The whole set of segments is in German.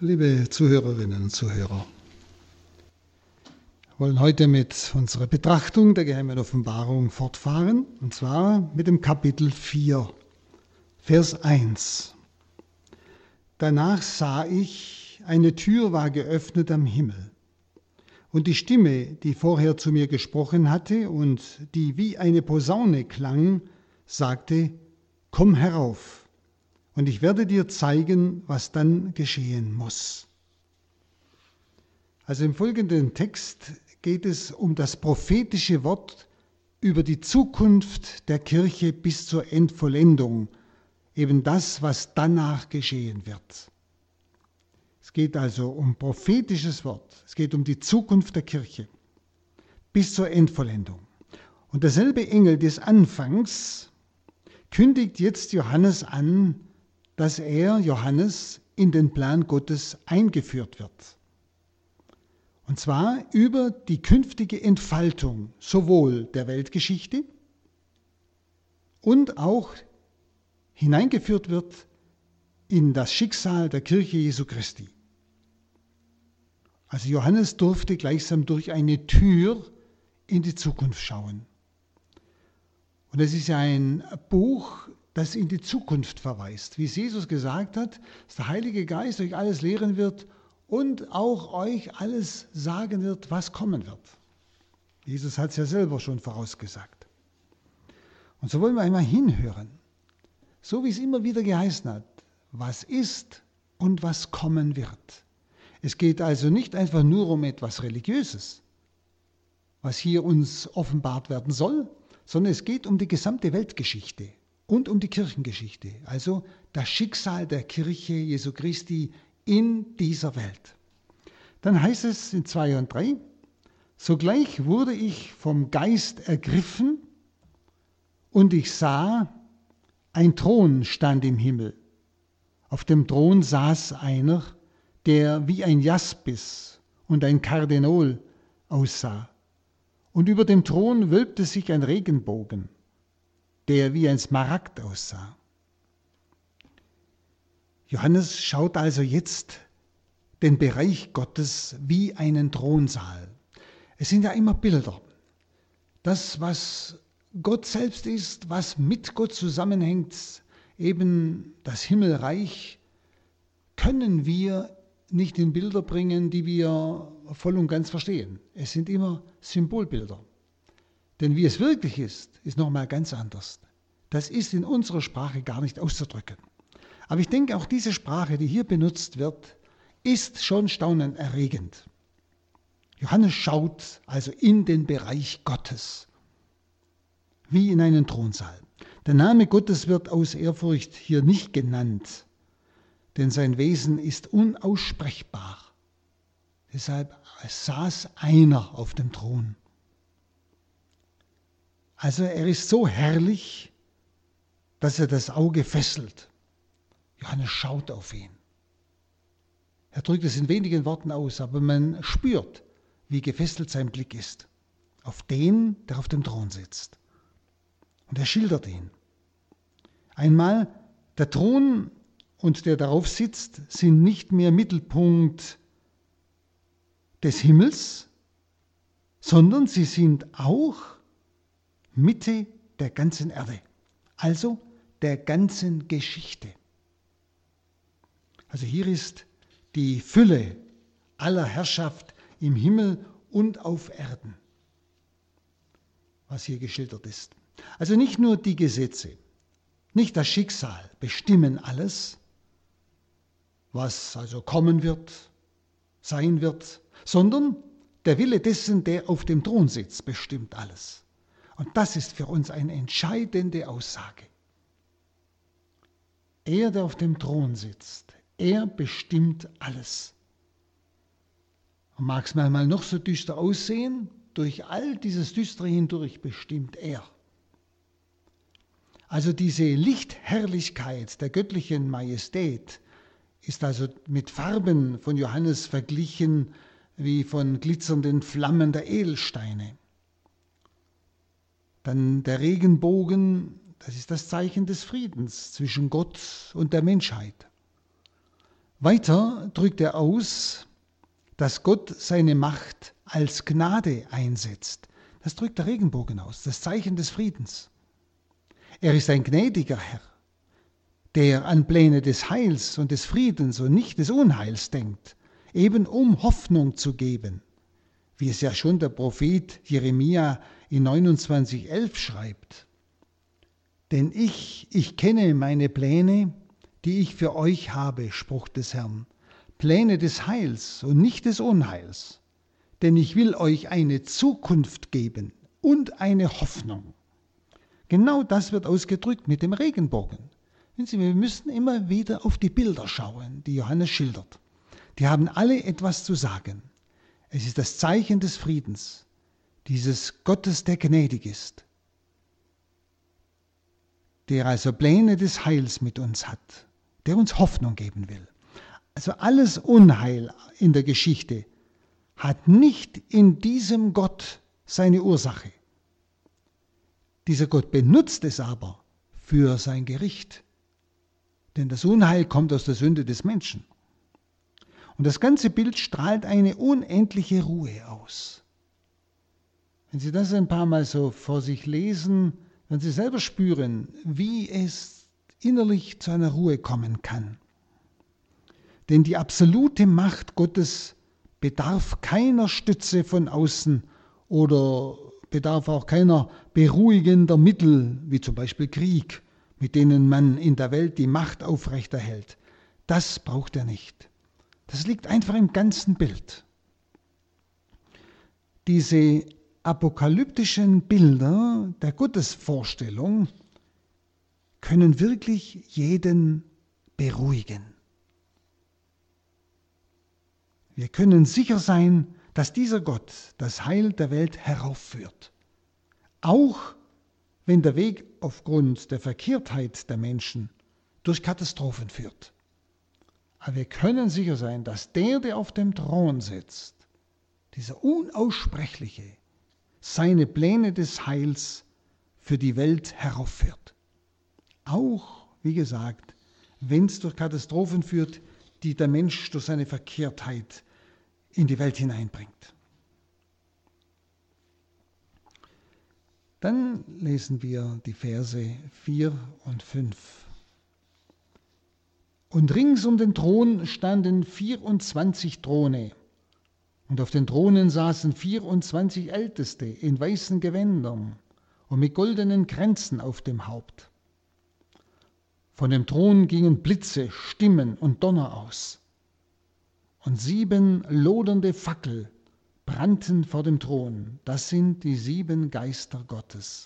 Liebe Zuhörerinnen und Zuhörer, wir wollen heute mit unserer Betrachtung der geheimen Offenbarung fortfahren, und zwar mit dem Kapitel 4, Vers 1. Danach sah ich, eine Tür war geöffnet am Himmel, und die Stimme, die vorher zu mir gesprochen hatte und die wie eine Posaune klang, sagte: Komm herauf, und ich werde dir zeigen, was dann geschehen muss. Also im folgenden Text geht es um das prophetische Wort über die Zukunft der Kirche bis zur Endvollendung, eben das, was danach geschehen wird. Es geht also um prophetisches Wort, es geht um die Zukunft der Kirche bis zur Endvollendung. Und derselbe Engel des Anfangs kündigt jetzt Johannes an, dass er, Johannes, in den Plan Gottes eingeführt wird. Und zwar über die künftige Entfaltung sowohl der Weltgeschichte und auch hineingeführt wird in das Schicksal der Kirche Jesu Christi. Also Johannes durfte gleichsam durch eine Tür in die Zukunft schauen. Und es ist ja ein Buch, das in die Zukunft verweist. Wie es Jesus gesagt hat, dass der Heilige Geist euch alles lehren wird und auch euch alles sagen wird, was kommen wird. Jesus hat es ja selber schon vorausgesagt. Und so wollen wir einmal hinhören, so wie es immer wieder geheißen hat, was ist und was kommen wird. Es geht also nicht einfach nur um etwas Religiöses, was hier uns offenbart werden soll, sondern es geht um die gesamte Weltgeschichte und um die Kirchengeschichte, also das Schicksal der Kirche Jesu Christi in dieser Welt. Dann heißt es in 2 und 3, sogleich wurde ich vom Geist ergriffen und ich sah, ein Thron stand im Himmel. Auf dem Thron saß einer, der wie ein Jaspis und ein Kardinol aussah. Und über dem Thron wölbte sich ein Regenbogen, der wie ein Smaragd aussah. Johannes schaut also jetzt den Bereich Gottes wie einen Thronsaal. Es sind ja immer Bilder. Das, was Gott selbst ist, was mit Gott zusammenhängt, eben das Himmelreich, können wir nicht in Bilder bringen, die wir voll und ganz verstehen. Es sind immer Symbolbilder. Denn wie es wirklich ist, ist nochmal ganz anders. Das ist in unserer Sprache gar nicht auszudrücken. Aber ich denke, auch diese Sprache, die hier benutzt wird, ist schon staunenerregend. Johannes schaut also in den Bereich Gottes, wie in einen Thronsaal. Der Name Gottes wird aus Ehrfurcht hier nicht genannt, denn sein Wesen ist unaussprechbar. Deshalb saß einer auf dem Thron. Also er ist so herrlich, dass er das Auge fesselt. Johannes schaut auf ihn. Er drückt es in wenigen Worten aus, aber man spürt, wie gefesselt sein Blick ist. Auf den, der auf dem Thron sitzt. Und er schildert ihn. Einmal, der Thron und der darauf sitzt, sind nicht mehr Mittelpunkt des Himmels, sondern sie sind auch Mitte der ganzen Erde, also der ganzen Geschichte. Also hier ist die Fülle aller Herrschaft im Himmel und auf Erden, was hier geschildert ist. Also nicht nur die Gesetze, nicht das Schicksal bestimmen alles, was also kommen wird, sein wird, sondern der Wille dessen, der auf dem Thron sitzt, bestimmt alles. Und das ist für uns eine entscheidende Aussage. Er, der auf dem Thron sitzt, er bestimmt alles. Und mag es manchmal noch so düster aussehen, durch all dieses Düstere hindurch bestimmt er. Also diese Lichtherrlichkeit der göttlichen Majestät ist also mit Farben von Johannes verglichen wie von glitzernden Flammen der Edelsteine. Dann der Regenbogen, das ist das Zeichen des Friedens zwischen Gott und der Menschheit. Weiter drückt er aus, dass Gott seine Macht als Gnade einsetzt. Das drückt der Regenbogen aus, das Zeichen des Friedens. Er ist ein gnädiger Herr, der an Pläne des Heils und des Friedens und nicht des Unheils denkt, eben um Hoffnung zu geben, wie es ja schon der Prophet Jeremia in 29,11 schreibt. Denn ich kenne meine Pläne, die ich für euch habe, Spruch des Herrn, Pläne des Heils und nicht des Unheils, denn ich will euch eine Zukunft geben und eine Hoffnung. Genau das wird ausgedrückt mit dem Regenbogen. Wir müssen immer wieder auf die Bilder schauen, die Johannes schildert. Die haben alle etwas zu sagen. Es ist das Zeichen des Friedens, dieses Gottes, der gnädig ist, der also Pläne des Heils mit uns hat, der uns Hoffnung geben will. Also alles Unheil in der Geschichte hat nicht in diesem Gott seine Ursache. Dieser Gott benutzt es aber für sein Gericht. Denn das Unheil kommt aus der Sünde des Menschen. Und das ganze Bild strahlt eine unendliche Ruhe aus. Wenn Sie das ein paar Mal so vor sich lesen, werden Sie selber spüren, wie es innerlich zu einer Ruhe kommen kann. Denn die absolute Macht Gottes bedarf keiner Stütze von außen oder bedarf auch keiner beruhigender Mittel, wie zum Beispiel Krieg, mit denen man in der Welt die Macht aufrechterhält. Das braucht er nicht. Das liegt einfach im ganzen Bild. Diese apokalyptischen Bilder der Gottesvorstellung können wirklich jeden beruhigen. Wir können sicher sein, dass dieser Gott das Heil der Welt heraufführt. Auch wenn der Weg aufgrund der Verkehrtheit der Menschen durch Katastrophen führt. Aber wir können sicher sein, dass der auf dem Thron sitzt, dieser Unaussprechliche, seine Pläne des Heils für die Welt heraufführt. Auch, wie gesagt, wenn es durch Katastrophen führt, die der Mensch durch seine Verkehrtheit in die Welt hineinbringt. Dann lesen wir die Verse 4 und 5. Und rings um den Thron standen 24 Throne, und auf den Thronen saßen 24 Älteste in weißen Gewändern und mit goldenen Kränzen auf dem Haupt. Von dem Thron gingen Blitze, Stimmen und Donner aus. Und 7 lodernde Fackel brannten vor dem Thron. Das sind die 7 Geister Gottes.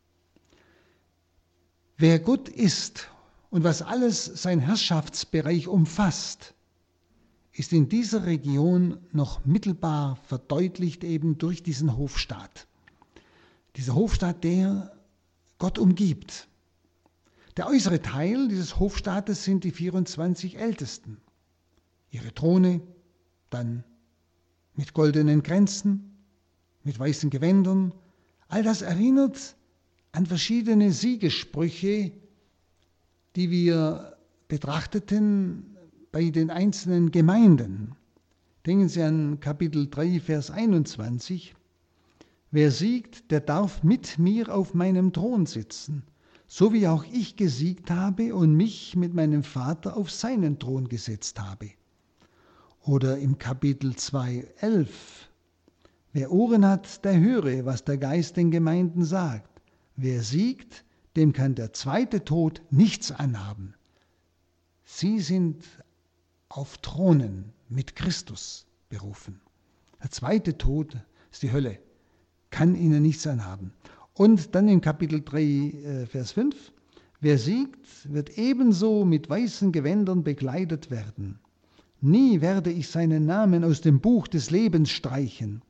Wer Gott ist und was alles sein Herrschaftsbereich umfasst, ist in dieser Region noch mittelbar verdeutlicht eben durch diesen Hofstaat. Dieser Hofstaat, der Gott umgibt. Der äußere Teil dieses Hofstaates sind die 24 Ältesten. Ihre Throne, dann mit goldenen Kränzen, mit weißen Gewändern. All das erinnert an verschiedene Siegessprüche, die wir betrachteten bei den einzelnen Gemeinden. Denken Sie an Kapitel 3, Vers 21. Wer siegt, der darf mit mir auf meinem Thron sitzen, so wie auch ich gesiegt habe und mich mit meinem Vater auf seinen Thron gesetzt habe. Oder im Kapitel 2, 11. Wer Ohren hat, der höre, was der Geist den Gemeinden sagt. Wer siegt, dem kann der zweite Tod nichts anhaben. Sie sind auf Thronen mit Christus berufen. Der zweite Tod ist die Hölle, kann ihnen nichts anhaben. Und dann im Kapitel 3, Vers 5, wer siegt, wird ebenso mit weißen Gewändern bekleidet werden. Nie werde ich seinen Namen aus dem Buch des Lebens streichen,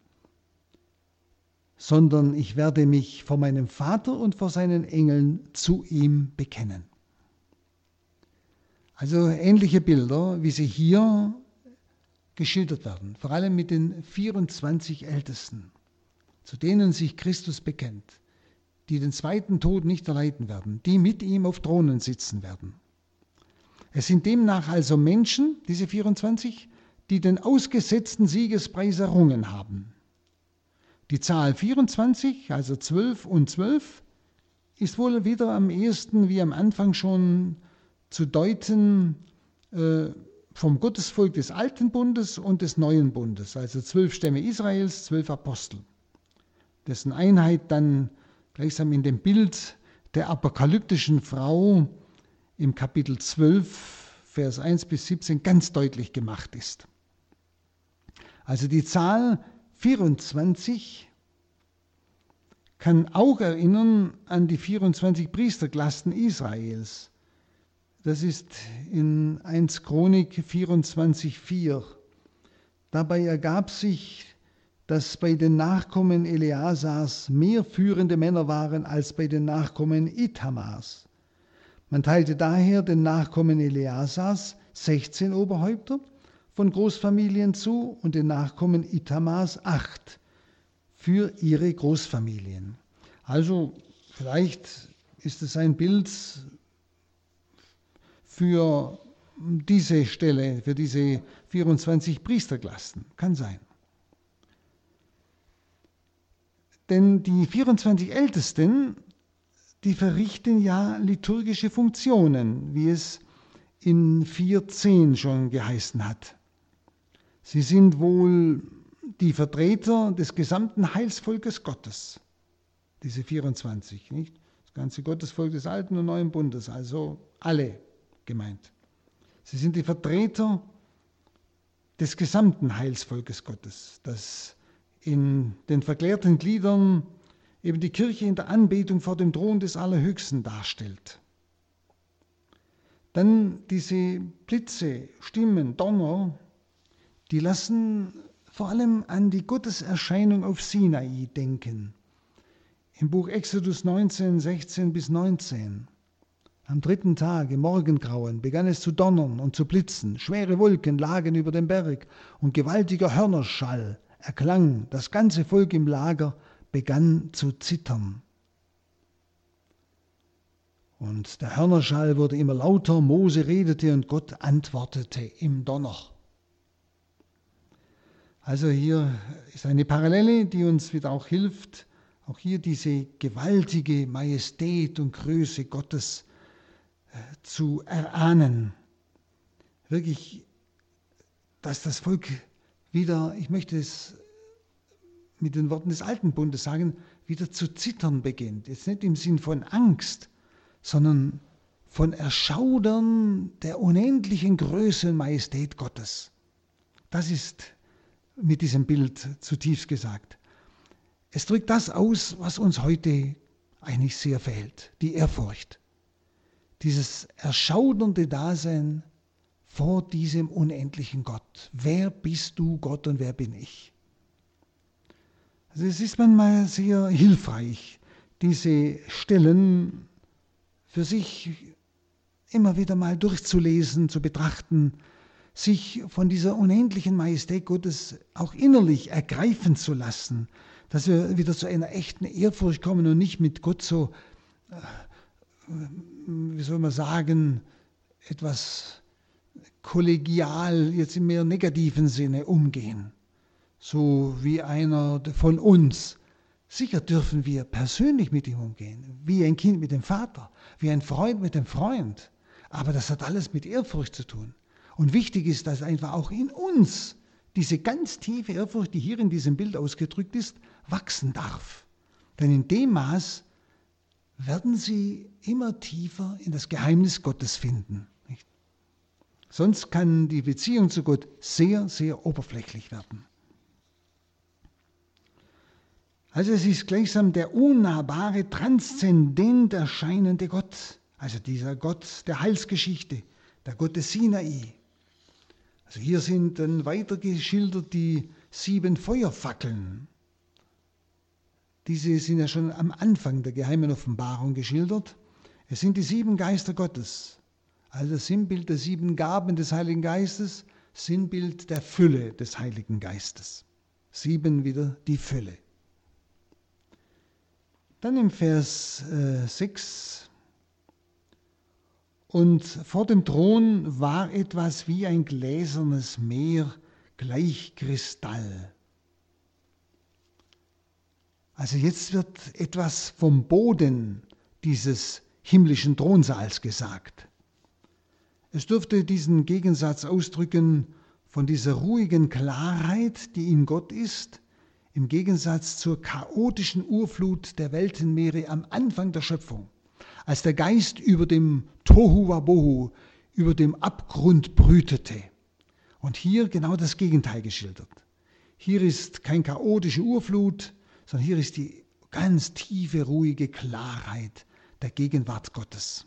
sondern ich werde mich vor meinem Vater und vor seinen Engeln zu ihm bekennen. Also ähnliche Bilder, wie sie hier geschildert werden, vor allem mit den 24 Ältesten, zu denen sich Christus bekennt, die den zweiten Tod nicht erleiden werden, die mit ihm auf Thronen sitzen werden. Es sind demnach also Menschen, diese 24, die den ausgesetzten Siegespreis errungen haben. Die Zahl 24, also 12 und 12, ist wohl wieder am ehesten wie am Anfang schon zu deuten vom Gottesvolk des Alten Bundes und des Neuen Bundes, also 12 Stämme Israels, 12 Apostel, dessen Einheit dann gleichsam in dem Bild der apokalyptischen Frau im Kapitel 12, Vers 1 bis 17 ganz deutlich gemacht ist. Also die Zahl 24 kann auch erinnern an die 24 Priesterklassen Israels. Das ist in 1 Chronik 24,4. Dabei ergab sich, dass bei den Nachkommen Eleasars mehr führende Männer waren als bei den Nachkommen Ithamars. Man teilte daher den Nachkommen Eleasars 16 Oberhäupter von Großfamilien zu und den Nachkommen Ithamars 8 für ihre Großfamilien. Also vielleicht ist es ein Bild für diese Stelle, für diese 24 Priesterklassen. Kann sein. Denn die 24 Ältesten, die verrichten ja liturgische Funktionen, wie es in 4,10 schon geheißen hat. Sie sind wohl die Vertreter des gesamten Heilsvolkes Gottes, diese 24, nicht? Das ganze Gottesvolk des Alten und Neuen Bundes, also alle gemeint. Sie sind die Vertreter des gesamten Heilsvolkes Gottes, das in den verklärten Gliedern eben die Kirche in der Anbetung vor dem Thron des Allerhöchsten darstellt. Dann diese Blitze, Stimmen, Donner, die lassen vor allem an die Gotteserscheinung auf Sinai denken. Im Buch Exodus 19, 16 bis 19. Am 3. Tag, im Morgengrauen, begann es zu donnern und zu blitzen. Schwere Wolken lagen über dem Berg und gewaltiger Hörnerschall erklang. Das ganze Volk im Lager begann zu zittern. Und der Hörnerschall wurde immer lauter, Mose redete und Gott antwortete im Donner. Also hier ist eine Parallele, die uns wieder auch hilft, auch hier diese gewaltige Majestät und Größe Gottes zu erahnen. Wirklich, dass das Volk wieder, ich möchte es mit den Worten des Alten Bundes sagen, wieder zu zittern beginnt. Jetzt nicht im Sinn von Angst, sondern von Erschaudern der unendlichen Größe und Majestät Gottes. Das ist mit diesem Bild zutiefst gesagt. Es drückt das aus, was uns heute eigentlich sehr fehlt, die Ehrfurcht. Dieses erschaudernde Dasein vor diesem unendlichen Gott. Wer bist du, Gott, und wer bin ich? Also es ist manchmal sehr hilfreich, diese Stellen für sich immer wieder mal durchzulesen, zu betrachten, sich von dieser unendlichen Majestät Gottes auch innerlich ergreifen zu lassen, dass wir wieder zu einer echten Ehrfurcht kommen und nicht mit Gott so, wie soll man sagen, etwas kollegial, jetzt im mehr negativen Sinne umgehen. So wie einer von uns. Sicher dürfen wir persönlich mit ihm umgehen, wie ein Kind mit dem Vater, wie ein Freund mit dem Freund. Aber das hat alles mit Ehrfurcht zu tun. Und wichtig ist, dass einfach auch in uns diese ganz tiefe Ehrfurcht, die hier in diesem Bild ausgedrückt ist, wachsen darf. Denn in dem Maß werden sie immer tiefer in das Geheimnis Gottes finden. Nicht? Sonst kann die Beziehung zu Gott sehr, sehr oberflächlich werden. Also es ist gleichsam der unnahbare, transzendent erscheinende Gott, also dieser Gott der Heilsgeschichte, der Gott des Sinai. Also hier sind dann weiter geschildert die 7 Feuerfackeln. Diese sind ja schon am Anfang der geheimen Offenbarung geschildert. Es sind die 7 Geister Gottes, also das Sinnbild der 7 Gaben des Heiligen Geistes, Sinnbild der Fülle des Heiligen Geistes. 7 wieder die Fülle. Dann im Vers 6 Und vor dem Thron war etwas wie ein gläsernes Meer, gleich Kristall. Also jetzt wird etwas vom Boden dieses himmlischen Thronsaals gesagt. Es dürfte diesen Gegensatz ausdrücken von dieser ruhigen Klarheit, die in Gott ist, im Gegensatz zur chaotischen Urflut der Weltenmeere am Anfang der Schöpfung, als der Geist über dem Tohu Wabohu, über dem Abgrund brütete. Und hier genau das Gegenteil geschildert. Hier ist keine chaotische Urflut, sondern hier ist die ganz tiefe, ruhige Klarheit der Gegenwart Gottes.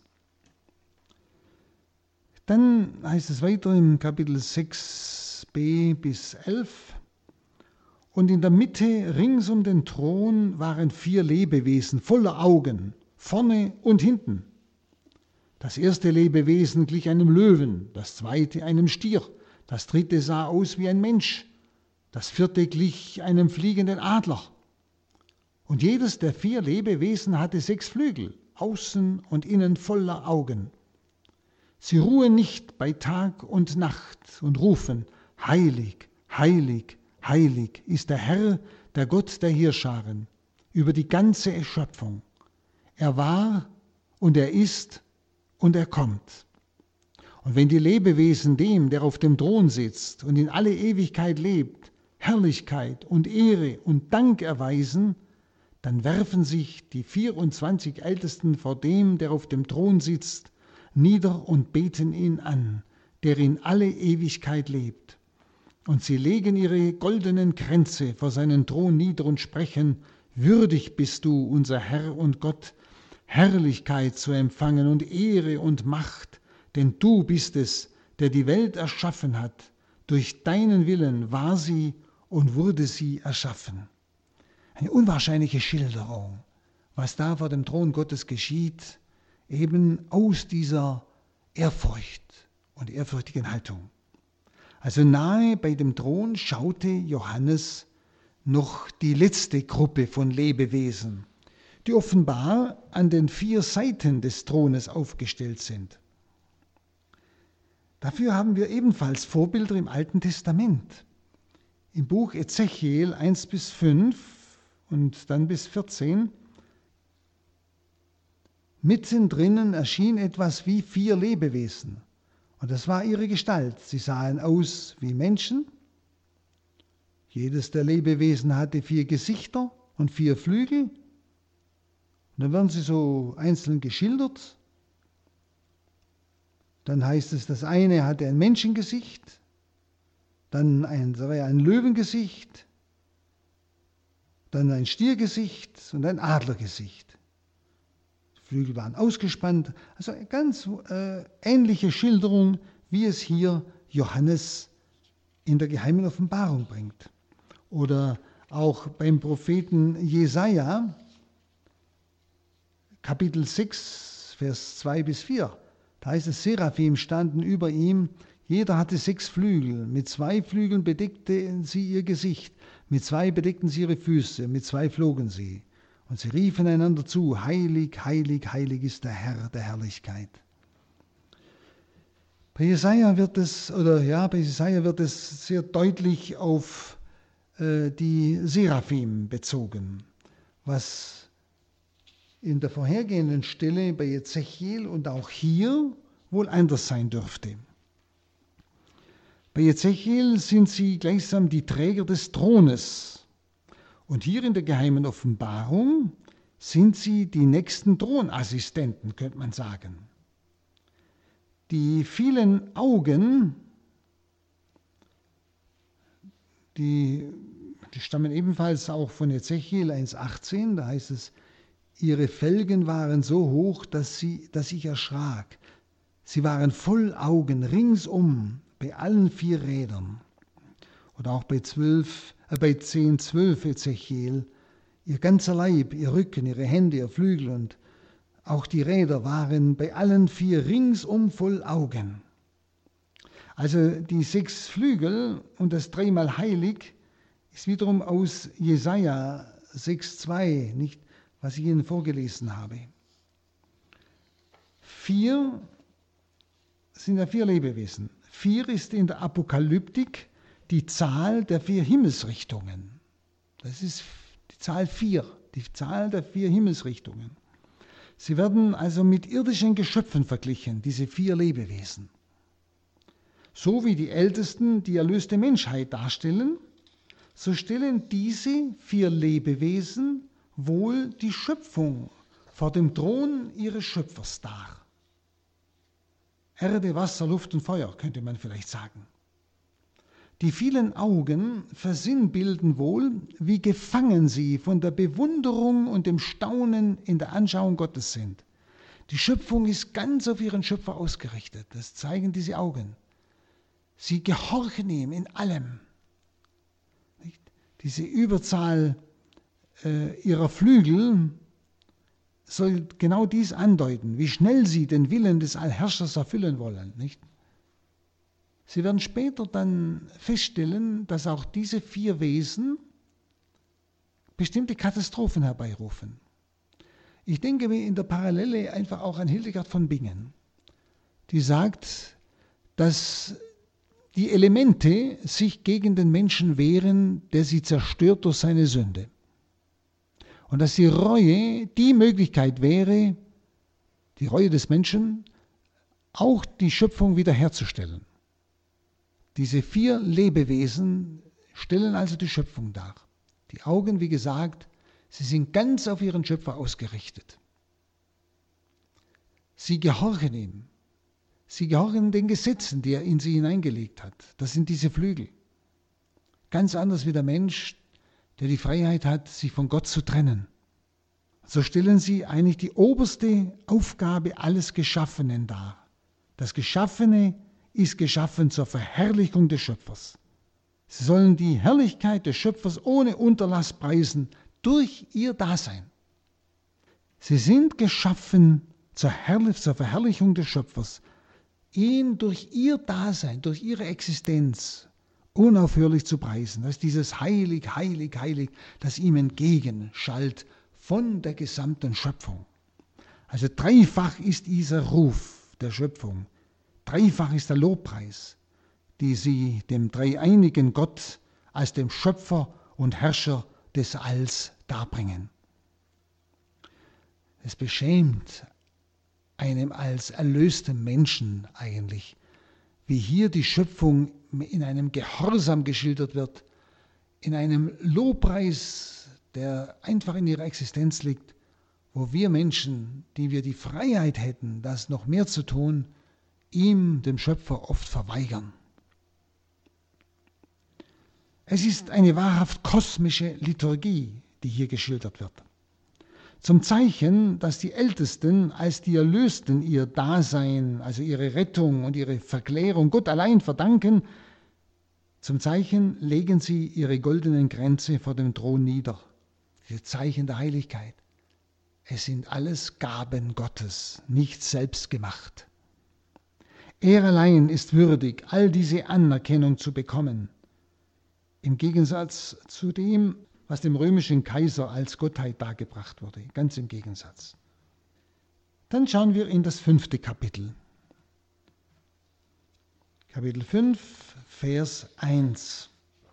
Dann heißt es weiter im Kapitel 6b bis 11. Und in der Mitte, rings um den Thron, waren 4 Lebewesen voller Augen, vorne und hinten. Das erste Lebewesen glich einem Löwen, das zweite einem Stier, das dritte sah aus wie ein Mensch, das vierte glich einem fliegenden Adler. Und jedes der 4 Lebewesen hatte 6 Flügel, außen und innen voller Augen. Sie ruhen nicht bei Tag und Nacht und rufen, heilig, heilig, heilig ist der Herr, der Gott der Heerscharen, über die ganze Schöpfung. Er war und er ist und er kommt. Und wenn die Lebewesen dem, der auf dem Thron sitzt und in alle Ewigkeit lebt, Herrlichkeit und Ehre und Dank erweisen, dann werfen sich die 24 Ältesten vor dem, der auf dem Thron sitzt, nieder und beten ihn an, der in alle Ewigkeit lebt. Und sie legen ihre goldenen Kränze vor seinen Thron nieder und sprechen, würdig bist du, unser Herr und Gott, Herrlichkeit zu empfangen und Ehre und Macht, denn du bist es, der die Welt erschaffen hat. Durch deinen Willen war sie und wurde sie erschaffen. Eine unwahrscheinliche Schilderung, was da vor dem Thron Gottes geschieht, eben aus dieser Ehrfurcht und ehrfürchtigen Haltung. Also nahe bei dem Thron schaute Johannes noch die letzte Gruppe von Lebewesen, die offenbar an den 4 Seiten des Thrones aufgestellt sind. Dafür haben wir ebenfalls Vorbilder im Alten Testament. Im Buch Ezechiel 1 bis 5 und dann bis 14 mittendrin erschien etwas wie 4 Lebewesen. Und das war ihre Gestalt. Sie sahen aus wie Menschen. Jedes der Lebewesen hatte 4 Gesichter und 4 Flügel. Und dann werden sie so einzeln geschildert. Dann heißt es, das eine hatte ein Menschengesicht, dann ein Löwengesicht, dann ein Stiergesicht und ein Adlergesicht. Die Flügel waren ausgespannt, also eine ganz ähnliche Schilderung, wie es hier Johannes in der geheimen Offenbarung bringt. Oder auch beim Propheten Jesaja, Kapitel 6, Vers 2 bis 4. Da heißt es, Seraphim standen über ihm, jeder hatte 6 Flügel, mit 2 Flügeln bedeckten sie ihr Gesicht, mit 2 bedeckten sie ihre Füße, mit 2 flogen sie. Und sie riefen einander zu, heilig, heilig, heilig ist der Herr der Herrlichkeit. Bei Jesaja wird es sehr deutlich auf die Seraphim bezogen, was in der vorhergehenden Stelle bei Ezechiel und auch hier wohl anders sein dürfte. Bei Ezechiel sind sie gleichsam die Träger des Thrones und hier in der geheimen Offenbarung sind sie die nächsten Thronassistenten, könnte man sagen. Die vielen Augen, die stammen ebenfalls auch von Ezechiel 1,18, da heißt es, ihre Felgen waren so hoch, dass ich erschrak. Sie waren voll Augen ringsum bei allen 4 Rädern. Oder auch bei 10,12 Ezechiel. Ihr ganzer Leib, ihr Rücken, ihre Hände, ihr Flügel und auch die Räder waren bei allen 4 ringsum voll Augen. Also die 6 Flügel und das 3-mal heilig ist wiederum aus Jesaja 6,2, nicht was ich Ihnen vorgelesen habe. 4 sind ja 4 Lebewesen. 4 ist in der Apokalyptik die Zahl der 4 Himmelsrichtungen. Das ist die Zahl 4, die Zahl der 4 Himmelsrichtungen. Sie werden also mit irdischen Geschöpfen verglichen, diese 4 Lebewesen. So wie die Ältesten die erlöste Menschheit darstellen, so stellen diese 4 Lebewesen wohl die Schöpfung vor dem Thron ihres Schöpfers dar. Erde, Wasser, Luft und Feuer, könnte man vielleicht sagen. Die vielen Augen versinnbilden wohl, wie gefangen sie von der Bewunderung und dem Staunen in der Anschauung Gottes sind. Die Schöpfung ist ganz auf ihren Schöpfer ausgerichtet, das zeigen diese Augen. Sie gehorchen ihm in allem. Diese Überzahl ihrer Flügel soll genau dies andeuten, wie schnell sie den Willen des Allherrschers erfüllen wollen. Nicht? Sie werden später dann feststellen, dass auch diese 4 Wesen bestimmte Katastrophen herbeirufen. Ich denke mir in der Parallele einfach auch an Hildegard von Bingen, die sagt, dass die Elemente sich gegen den Menschen wehren, der sie zerstört durch seine Sünde. Und dass die Reue die Möglichkeit wäre, die Reue des Menschen, auch die Schöpfung wiederherzustellen. Diese 4 Lebewesen stellen also die Schöpfung dar. Die Augen, wie gesagt, sie sind ganz auf ihren Schöpfer ausgerichtet. Sie gehorchen ihm. Sie gehorchen den Gesetzen, die er in sie hineingelegt hat. Das sind diese Flügel. Ganz anders wie der Mensch, der die Freiheit hat, sich von Gott zu trennen. So stellen sie eigentlich die oberste Aufgabe alles Geschaffenen dar. Das Geschaffene ist geschaffen zur Verherrlichung des Schöpfers. Sie sollen die Herrlichkeit des Schöpfers ohne Unterlass preisen durch ihr Dasein. Sie sind geschaffen zur Verherrlichung des Schöpfers, ihn durch ihr Dasein, durch ihre Existenz unaufhörlich zu preisen. Das ist dieses Heilig, Heilig, Heilig, das ihm entgegenschallt von der gesamten Schöpfung. Also dreifach ist dieser Ruf der Schöpfung. Dreifach ist der Lobpreis, die sie dem dreieinigen Gott als dem Schöpfer und Herrscher des Alls darbringen. Es beschämt einem als erlöstem Menschen eigentlich, wie hier die Schöpfung in einem Gehorsam geschildert wird, in einem Lobpreis, der einfach in ihrer Existenz liegt, wo wir Menschen, die wir die Freiheit hätten, das noch mehr zu tun, ihm, dem Schöpfer, oft verweigern. Es ist eine wahrhaft kosmische Liturgie, die hier geschildert wird. Zum Zeichen, dass die Ältesten als die Erlösten ihr Dasein, also ihre Rettung und ihre Verklärung Gott allein verdanken, zum Zeichen legen sie ihre goldenen Kränze vor dem Thron nieder. Diese Zeichen der Heiligkeit. Es sind alles Gaben Gottes, nicht selbst gemacht. Er allein ist würdig, all diese Anerkennung zu bekommen. Im Gegensatz zu dem, was dem römischen Kaiser als Gottheit dargebracht wurde. Ganz im Gegensatz. Dann schauen wir in das 5. Kapitel. Kapitel 5, Vers 1.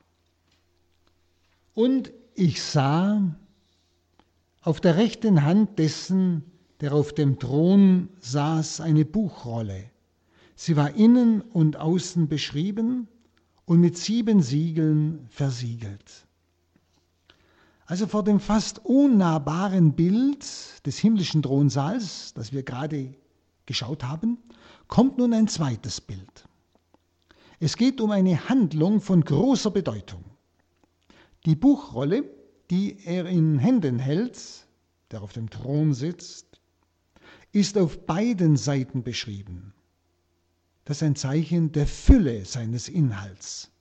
Und ich sah auf der rechten Hand dessen, der auf dem Thron saß, eine Buchrolle. Sie war innen und außen beschrieben und mit 7 Siegeln versiegelt. Also vor dem fast unnahbaren Bild des himmlischen Thronsaals, das wir gerade geschaut haben, kommt nun ein zweites Bild. Es geht um eine Handlung von großer Bedeutung. Die Buchrolle, die er in Händen hält, der auf dem Thron sitzt, ist auf beiden Seiten beschrieben. Das ist ein Zeichen der Fülle seines Inhalts.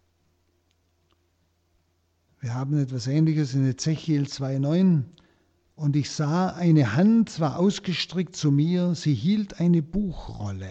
Wir haben etwas Ähnliches in Ezechiel 2,9. Und ich sah, eine Hand war ausgestreckt zu mir, sie hielt eine Buchrolle.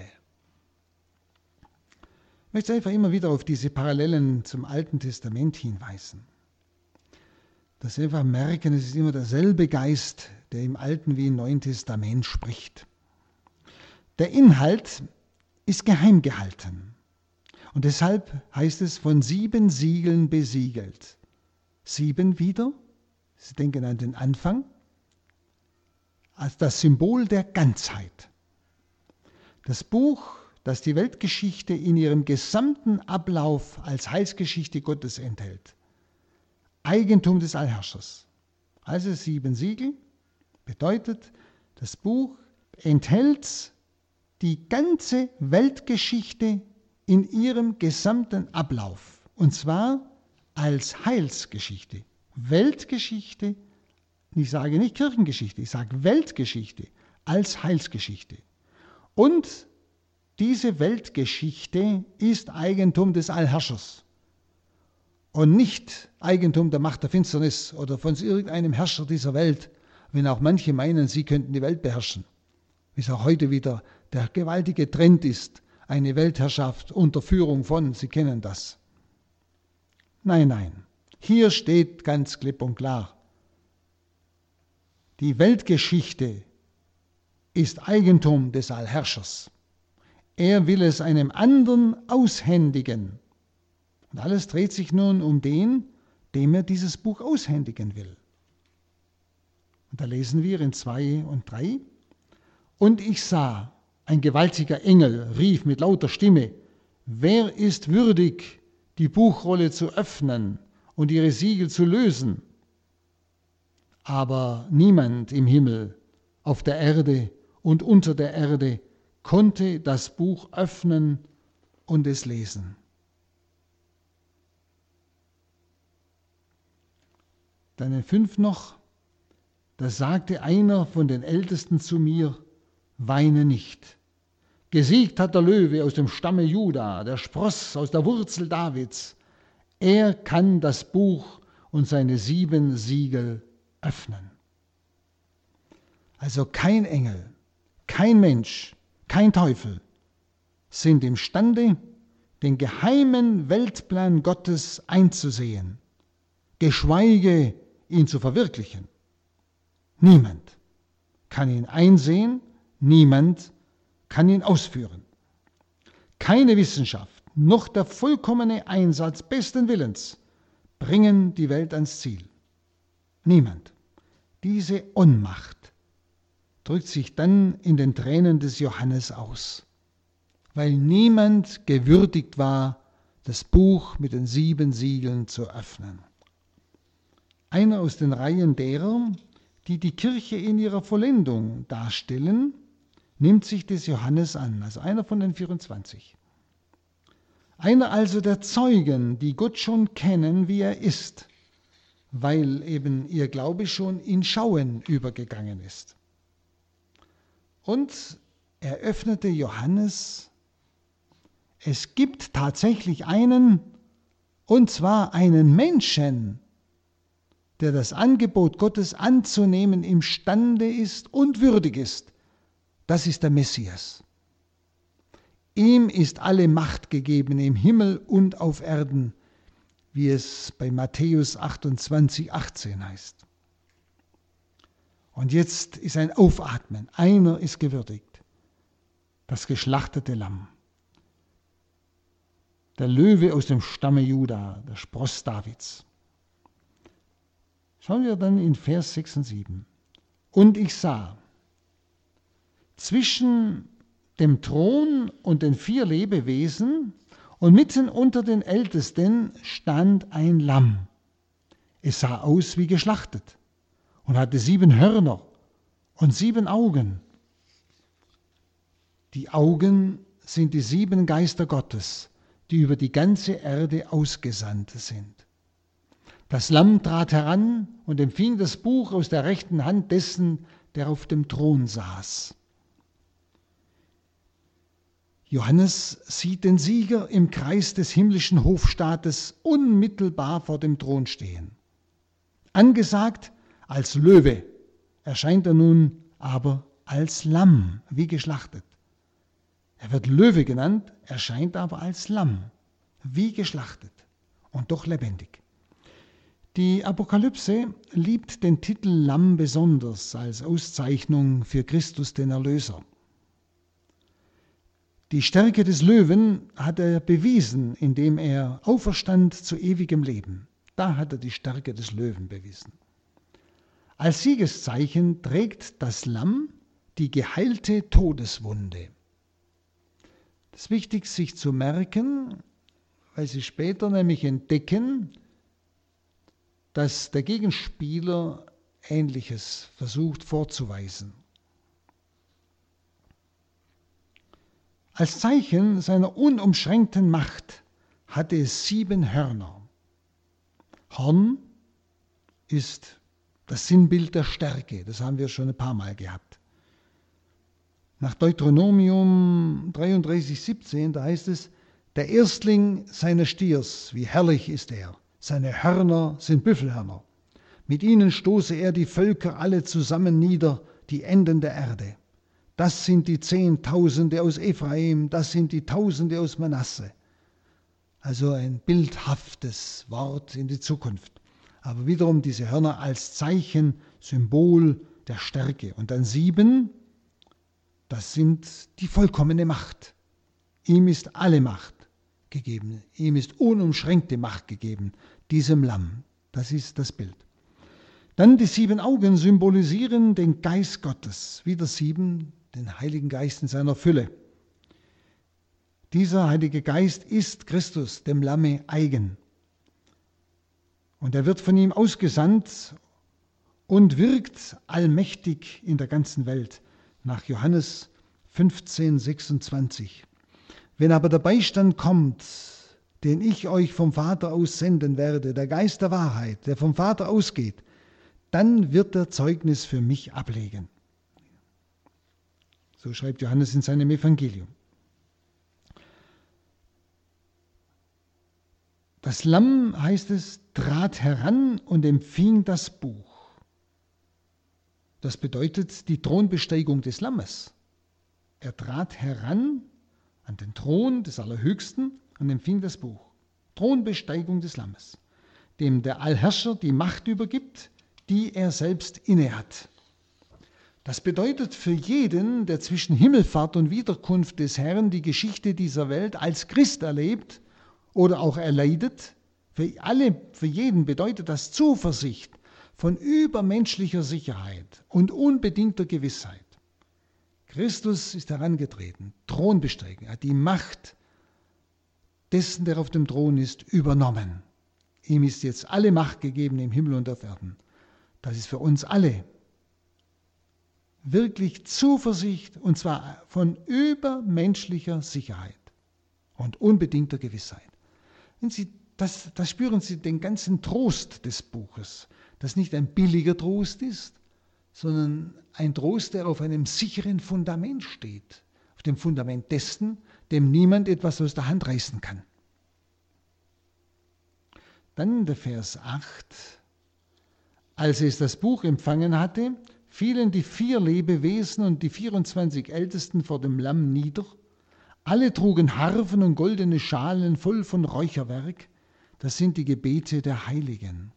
Ich möchte einfach immer wieder auf diese Parallelen zum Alten Testament hinweisen. Dass Sie einfach merken, es ist immer derselbe Geist, der im Alten wie im Neuen Testament spricht. Der Inhalt ist geheim gehalten. Und deshalb heißt es von 7 Siegeln besiegelt. 7 wieder, Sie denken an den Anfang, als das Symbol der Ganzheit. Das Buch, das die Weltgeschichte in ihrem gesamten Ablauf als Heilsgeschichte Gottes enthält. Eigentum des Allherrschers. Also 7 Siegel bedeutet, das Buch enthält die ganze Weltgeschichte in ihrem gesamten Ablauf. Und zwar als Heilsgeschichte. Weltgeschichte, ich sage nicht Kirchengeschichte, ich sage Weltgeschichte als Heilsgeschichte. Und diese Weltgeschichte ist Eigentum des Allherrschers und nicht Eigentum der Macht der Finsternis oder von irgendeinem Herrscher dieser Welt, wenn auch manche meinen, sie könnten die Welt beherrschen. Wie es auch heute wieder der gewaltige Trend ist, eine Weltherrschaft unter Führung von, Sie kennen das. Nein, nein, hier steht ganz klipp und klar, die Weltgeschichte ist Eigentum des Allherrschers. Er will es einem anderen aushändigen. Und alles dreht sich nun um den, dem er dieses Buch aushändigen will. Und da lesen wir in 2 und 3. Und ich sah, ein gewaltiger Engel rief mit lauter Stimme, wer ist würdig, die Buchrolle zu öffnen und ihre Siegel zu lösen? Aber niemand im Himmel, auf der Erde und unter der Erde konnte das Buch öffnen und es lesen. Dann in 5 noch, da sagte einer von den Ältesten zu mir, weine nicht. Gesiegt hat der Löwe aus dem Stamme Juda, der Spross aus der Wurzel Davids. Er kann das Buch und seine 7 Siegel öffnen. Also kein Engel, kein Mensch, kein Teufel sind imstande, den geheimen Weltplan Gottes einzusehen, geschweige ihn zu verwirklichen. Niemand kann ihn einsehen, niemand kann ihn ausführen. Keine Wissenschaft, noch der vollkommene Einsatz besten Willens bringen die Welt ans Ziel. Niemand. Diese Ohnmacht drückt sich dann in den Tränen des Johannes aus, weil niemand gewürdigt war, das Buch mit den 7 Siegeln zu öffnen. Einer aus den Reihen derer, die die Kirche in ihrer Vollendung darstellen, nimmt sich des Johannes an, also einer von den 24. Einer also der Zeugen, die Gott schon kennen, wie er ist, weil eben ihr Glaube schon in Schauen übergegangen ist. Und eröffnete Johannes, es gibt tatsächlich einen, und zwar einen Menschen, der das Angebot Gottes anzunehmen imstande ist und würdig ist. Das ist der Messias. Ihm ist alle Macht gegeben im Himmel und auf Erden, wie es bei Matthäus 28, 18 heißt. Und jetzt ist ein Aufatmen. Einer ist gewürdigt. Das geschlachtete Lamm. Der Löwe aus dem Stamme Juda, der Spross Davids. Schauen wir dann in Vers 6 und 7. Und ich sah, zwischen dem Thron und den 4 Lebewesen und mitten unter den Ältesten stand ein Lamm. Es sah aus wie geschlachtet und hatte 7 Hörner und 7 Augen. Die Augen sind die 7 Geister Gottes, die über die ganze Erde ausgesandt sind. Das Lamm trat heran und empfing das Buch aus der rechten Hand dessen, der auf dem Thron saß. Johannes sieht den Sieger im Kreis des himmlischen Hofstaates unmittelbar vor dem Thron stehen. Angesagt als Löwe erscheint er nun aber als Lamm, wie geschlachtet. Er wird Löwe genannt, erscheint aber als Lamm, wie geschlachtet und doch lebendig. Die Apokalypse liebt den Titel Lamm besonders als Auszeichnung für Christus, den Erlöser. Die Stärke des Löwen hat er bewiesen, indem er auferstand zu ewigem Leben. Da hat er die Stärke des Löwen bewiesen. Als Siegeszeichen trägt das Lamm die geheilte Todeswunde. Das ist wichtig, sich zu merken, weil Sie später nämlich entdecken, dass der Gegenspieler Ähnliches versucht vorzuweisen. Als Zeichen seiner unumschränkten Macht hatte es 7 Hörner. Horn ist das Sinnbild der Stärke, das haben wir schon ein paar Mal gehabt. Nach Deuteronomium 33,17, da heißt es, der Erstling seines Stiers, wie herrlich ist er, seine Hörner sind Büffelhörner. Mit ihnen stoße er die Völker alle zusammen nieder, die Enden der Erde. Das sind die 10.000 aus Ephraim, das sind die Tausende aus Manasse. Also ein bildhaftes Wort in die Zukunft. Aber wiederum diese Hörner als Zeichen, Symbol der Stärke. Und dann 7, das sind die vollkommene Macht. Ihm ist alle Macht gegeben. Ihm ist unumschränkte Macht gegeben, diesem Lamm. Das ist das Bild. Dann die 7 Augen symbolisieren den Geist Gottes. Wieder 7, den Heiligen Geist in seiner Fülle. Dieser Heilige Geist ist Christus, dem Lamme, eigen. Und er wird von ihm ausgesandt und wirkt allmächtig in der ganzen Welt. Nach Johannes 15,26. Wenn aber der Beistand kommt, den ich euch vom Vater aus senden werde, der Geist der Wahrheit, der vom Vater ausgeht, dann wird er Zeugnis für mich ablegen. So schreibt Johannes in seinem Evangelium. Das Lamm, heißt es, trat heran und empfing das Buch. Das bedeutet die Thronbesteigung des Lammes. Er trat heran an den Thron des Allerhöchsten und empfing das Buch. Thronbesteigung des Lammes, dem der Allherrscher die Macht übergibt, die er selbst innehat. Das bedeutet für jeden, der zwischen Himmelfahrt und Wiederkunft des Herrn die Geschichte dieser Welt als Christ erlebt oder auch erleidet, für jeden bedeutet das Zuversicht von übermenschlicher Sicherheit und unbedingter Gewissheit. Christus ist herangetreten, Thronbesteigung, hat die Macht dessen, der auf dem Thron ist, übernommen. Ihm ist jetzt alle Macht gegeben im Himmel und auf Erden. Das ist für uns alle wirklich Zuversicht, und zwar von übermenschlicher Sicherheit und unbedingter Gewissheit. Wenn Sie das spüren Sie den ganzen Trost des Buches, das nicht ein billiger Trost ist, sondern ein Trost, der auf einem sicheren Fundament steht, auf dem Fundament dessen, dem niemand etwas aus der Hand reißen kann. Dann der Vers 8. Als es das Buch empfangen hatte, fielen die 4 Lebewesen und die 24 Ältesten vor dem Lamm nieder. Alle trugen Harfen und goldene Schalen voll von Räucherwerk. Das sind die Gebete der Heiligen.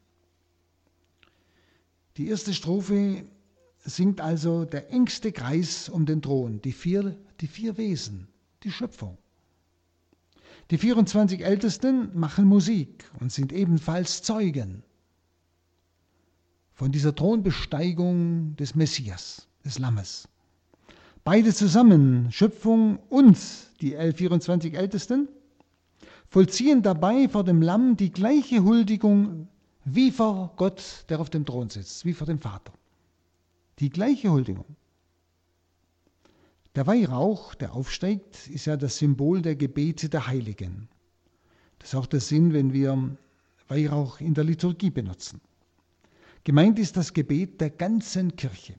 Die erste Strophe singt also der engste Kreis um den Thron, die vier Wesen, die Schöpfung. Die 24 Ältesten machen Musik und sind ebenfalls Zeugen von dieser Thronbesteigung des Messias, des Lammes. Beide zusammen, Schöpfung und die 24 Ältesten, vollziehen dabei vor dem Lamm die gleiche Huldigung wie vor Gott, der auf dem Thron sitzt, wie vor dem Vater. Die gleiche Huldigung. Der Weihrauch, der aufsteigt, ist ja das Symbol der Gebete der Heiligen. Das ist auch der Sinn, wenn wir Weihrauch in der Liturgie benutzen. Gemeint ist das Gebet der ganzen Kirche.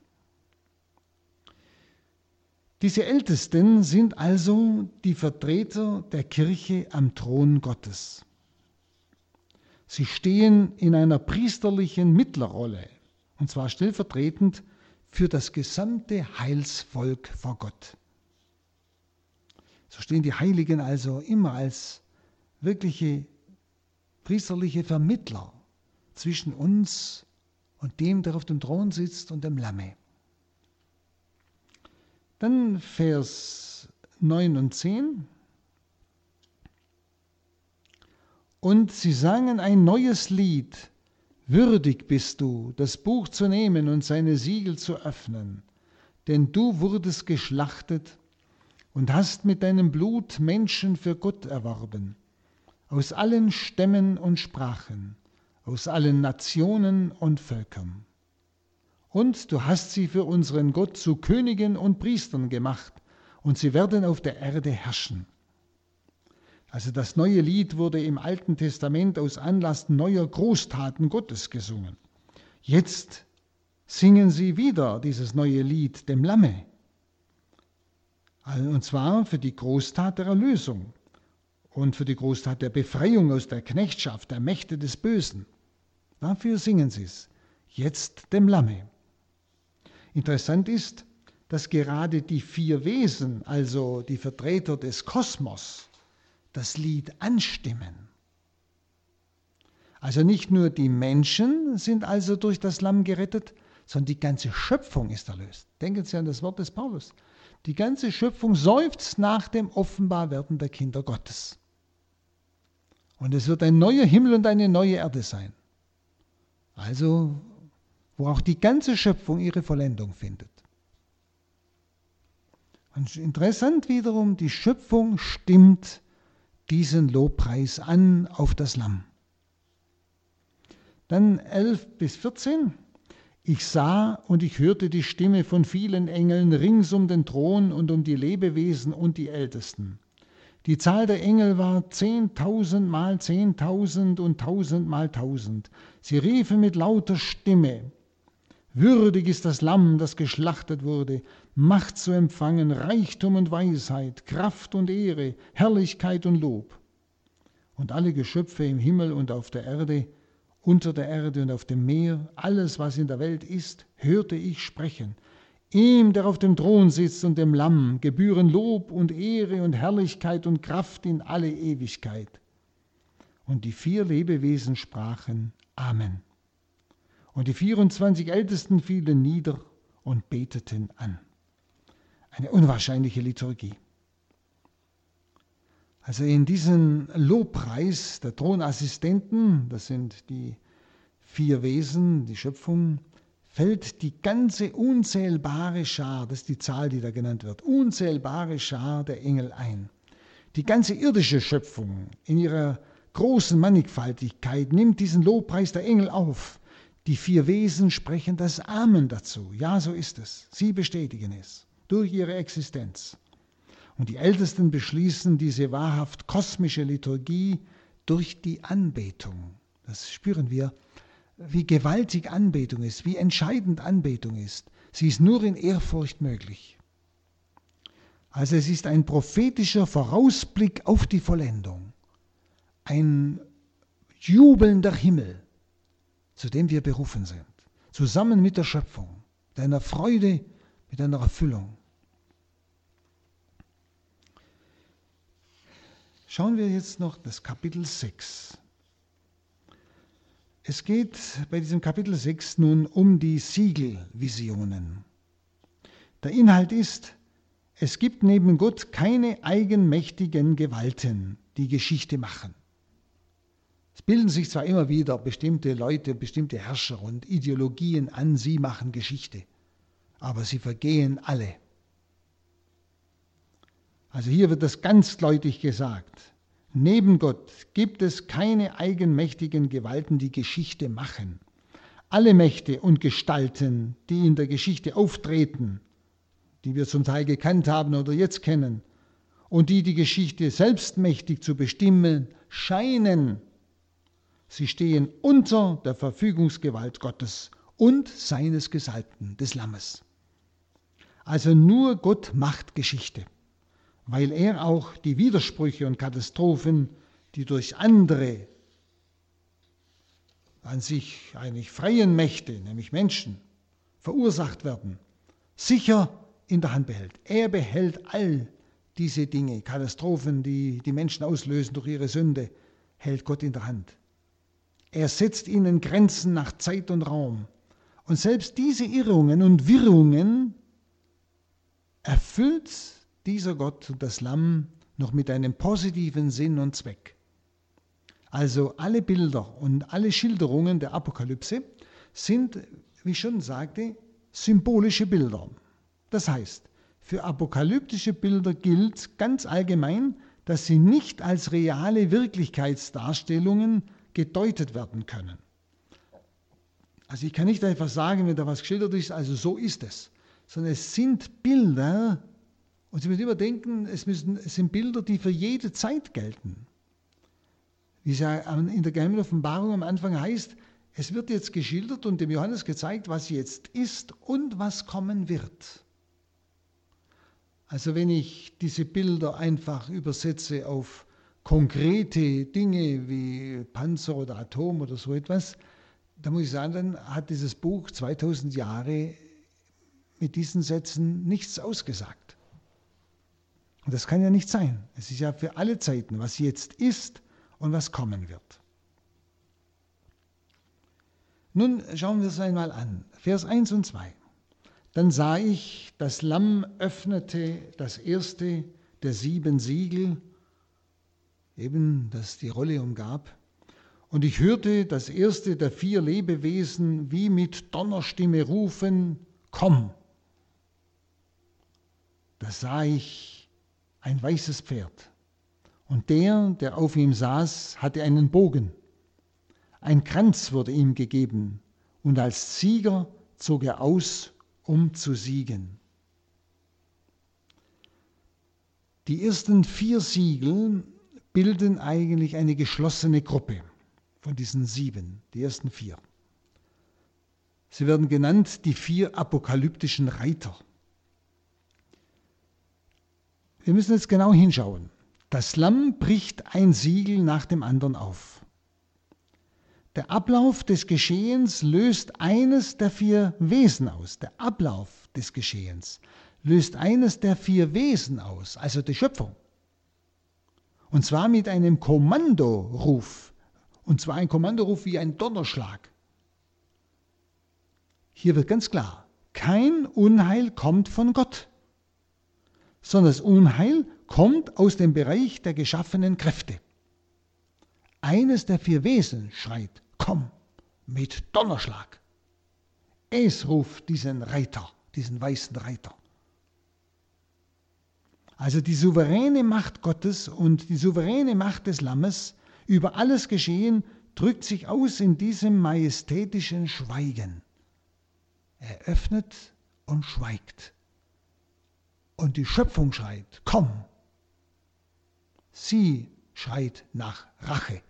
Diese Ältesten sind also die Vertreter der Kirche am Thron Gottes. Sie stehen in einer priesterlichen Mittlerrolle, und zwar stellvertretend für das gesamte Heilsvolk vor Gott. So stehen die Heiligen also immer als wirkliche priesterliche Vermittler zwischen uns und dem, der auf dem Thron sitzt, und dem Lamme. Dann Vers 9 und 10. Und sie sangen ein neues Lied. Würdig bist du, das Buch zu nehmen und seine Siegel zu öffnen. Denn du wurdest geschlachtet und hast mit deinem Blut Menschen für Gott erworben. Aus allen Stämmen und Sprachen, aus allen Nationen und Völkern. Und du hast sie für unseren Gott zu Königen und Priestern gemacht, und sie werden auf der Erde herrschen. Also das neue Lied wurde im Alten Testament aus Anlass neuer Großtaten Gottes gesungen. Jetzt singen sie wieder dieses neue Lied dem Lamme. Und zwar für die Großtat der Erlösung und für die Großtat der Befreiung aus der Knechtschaft, der Mächte des Bösen. Dafür singen sie es. Jetzt dem Lamme. Interessant ist, dass gerade die 4 Wesen, also die Vertreter des Kosmos, das Lied anstimmen. Also nicht nur die Menschen sind also durch das Lamm gerettet, sondern die ganze Schöpfung ist erlöst. Denken Sie an das Wort des Paulus. Die ganze Schöpfung seufzt nach dem Offenbarwerden der Kinder Gottes. Und es wird ein neuer Himmel und eine neue Erde sein. Also, wo auch die ganze Schöpfung ihre Vollendung findet. Und interessant wiederum, die Schöpfung stimmt diesen Lobpreis an auf das Lamm. Dann 11 bis 14. Ich sah und ich hörte die Stimme von vielen Engeln rings um den Thron und um die Lebewesen und die Ältesten. Die Zahl der Engel war 10.000 mal 10.000 und 1.000 mal 1.000. Sie riefen mit lauter Stimme: Würdig ist das Lamm, das geschlachtet wurde, Macht zu empfangen, Reichtum und Weisheit, Kraft und Ehre, Herrlichkeit und Lob. Und alle Geschöpfe im Himmel und auf der Erde, unter der Erde und auf dem Meer, alles, was in der Welt ist, hörte ich sprechen. Ihm, der auf dem Thron sitzt, und dem Lamm gebühren Lob und Ehre und Herrlichkeit und Kraft in alle Ewigkeit. Und die 4 Lebewesen sprachen: Amen. Und die 24 Ältesten fielen nieder und beteten an. Eine unwahrscheinliche Liturgie. Also in diesen Lobpreis der Thronassistenten, das sind die 4 Wesen, die Schöpfung, fällt die ganze unzählbare Schar, das ist die Zahl, die da genannt wird, unzählbare Schar der Engel ein. Die ganze irdische Schöpfung in ihrer großen Mannigfaltigkeit nimmt diesen Lobpreis der Engel auf. Die 4 Wesen sprechen das Amen dazu. Ja, so ist es. Sie bestätigen es durch ihre Existenz. Und die Ältesten beschließen diese wahrhaft kosmische Liturgie durch die Anbetung. Das spüren wir, wie gewaltig Anbetung ist, wie entscheidend Anbetung ist. Sie ist nur in Ehrfurcht möglich. Also es ist ein prophetischer Vorausblick auf die Vollendung. Ein jubelnder Himmel, zu dem wir berufen sind, zusammen mit der Schöpfung, mit einer Freude, mit einer Erfüllung. Schauen wir jetzt noch das Kapitel 6. Es geht bei diesem Kapitel 6 nun um die Siegelvisionen. Der Inhalt ist: Es gibt neben Gott keine eigenmächtigen Gewalten, die Geschichte machen. Es bilden sich zwar immer wieder bestimmte Leute, bestimmte Herrscher und Ideologien an, sie machen Geschichte, aber sie vergehen alle. Also hier wird das ganz deutlich gesagt. Neben Gott gibt es keine eigenmächtigen Gewalten, die Geschichte machen. Alle Mächte und Gestalten, die in der Geschichte auftreten, die wir zum Teil gekannt haben oder jetzt kennen, und die die Geschichte selbstmächtig zu bestimmen scheinen, sie stehen unter der Verfügungsgewalt Gottes und seines Gesalbten, des Lammes. Also nur Gott macht Geschichte, weil er auch die Widersprüche und Katastrophen, die durch andere an sich eigentlich freien Mächte, nämlich Menschen, verursacht werden, sicher in der Hand behält. Er behält all diese Dinge, Katastrophen, die die Menschen auslösen durch ihre Sünde, hält Gott in der Hand. Er setzt ihnen Grenzen nach Zeit und Raum. Und selbst diese Irrungen und Wirrungen erfüllt dieser Gott und das Lamm noch mit einem positiven Sinn und Zweck. Also alle Bilder und alle Schilderungen der Apokalypse sind, wie ich schon sagte, symbolische Bilder. Das heißt, für apokalyptische Bilder gilt ganz allgemein, dass sie nicht als reale Wirklichkeitsdarstellungen gedeutet werden können. Also ich kann nicht einfach sagen, wenn da was geschildert ist, also so ist es, sondern es sind Bilder, und Sie müssen überdenken, es sind Bilder, die für jede Zeit gelten. Wie es ja in der geheimen Offenbarung am Anfang heißt, es wird jetzt geschildert und dem Johannes gezeigt, was jetzt ist und was kommen wird. Also wenn ich diese Bilder einfach übersetze auf konkrete Dinge wie Panzer oder Atom oder so etwas, dann muss ich sagen, dann hat dieses Buch 2000 Jahre mit diesen Sätzen nichts ausgesagt. Und das kann ja nicht sein. Es ist ja für alle Zeiten, was jetzt ist und was kommen wird. Nun schauen wir es einmal an. Vers 1 und 2. Dann sah ich, das Lamm öffnete das erste der 7 Siegel, eben das die Rolle umgab. Und ich hörte das erste der 4 Lebewesen wie mit Donnerstimme rufen, komm. Da sah ich ein weißes Pferd. Und der auf ihm saß, hatte einen Bogen. Ein Kranz wurde ihm gegeben, und als Sieger zog er aus, um zu siegen. Die ersten 4 Siegel bilden eigentlich eine geschlossene Gruppe von diesen 7, die ersten 4. Sie werden genannt die 4 apokalyptischen Reiter. Wir müssen jetzt genau hinschauen. Das Lamm bricht ein Siegel nach dem anderen auf. Der Ablauf des Geschehens löst eines der 4 Wesen aus. Der Ablauf des Geschehens löst eines der 4 Wesen aus, also die Schöpfung. Und zwar mit einem Kommandoruf. Und zwar ein Kommandoruf wie ein Donnerschlag. Hier wird ganz klar, kein Unheil kommt von Gott, sondern das Unheil kommt aus dem Bereich der geschaffenen Kräfte. Eines der 4 Wesen schreit, komm, mit Donnerschlag. Es ruft diesen Reiter, diesen weißen Reiter. Also die souveräne Macht Gottes und die souveräne Macht des Lammes über alles Geschehen drückt sich aus in diesem majestätischen Schweigen. Er öffnet und schweigt. Und die Schöpfung schreit, komm. Sie schreit nach Rache.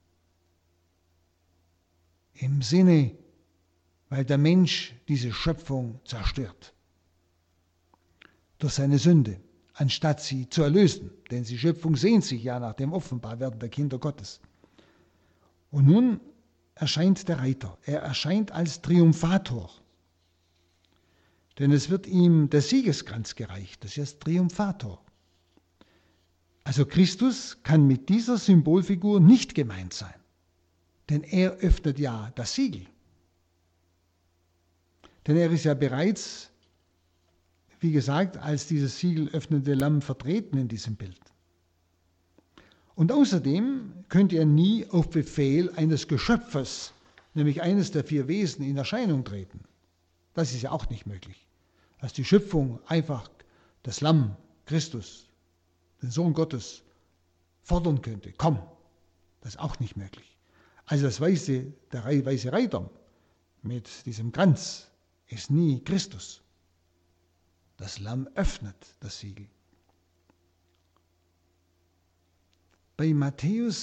Im Sinne, weil der Mensch diese Schöpfung zerstört. Durch seine Sünde, anstatt sie zu erlösen. Denn die Schöpfung sehnt sich ja nach dem Offenbarwerden der Kinder Gottes. Und nun erscheint der Reiter. Er erscheint als Triumphator. Denn es wird ihm der Siegeskranz gereicht. Das ist Triumphator. Also Christus kann mit dieser Symbolfigur nicht gemeint sein. Denn er öffnet ja das Siegel. Denn er ist ja bereits, wie gesagt, als dieses Siegel öffnende Lamm vertreten in diesem Bild. Und außerdem könnte er nie auf Befehl eines Geschöpfes, nämlich eines der 4 Wesen, in Erscheinung treten. Das ist ja auch nicht möglich. Dass die Schöpfung einfach das Lamm, Christus, den Sohn Gottes, fordern könnte. Komm, das ist auch nicht möglich. Also der weiße Reiter mit diesem Kranz ist nie Christus. Das Lamm öffnet das Siegel. Bei Matthäus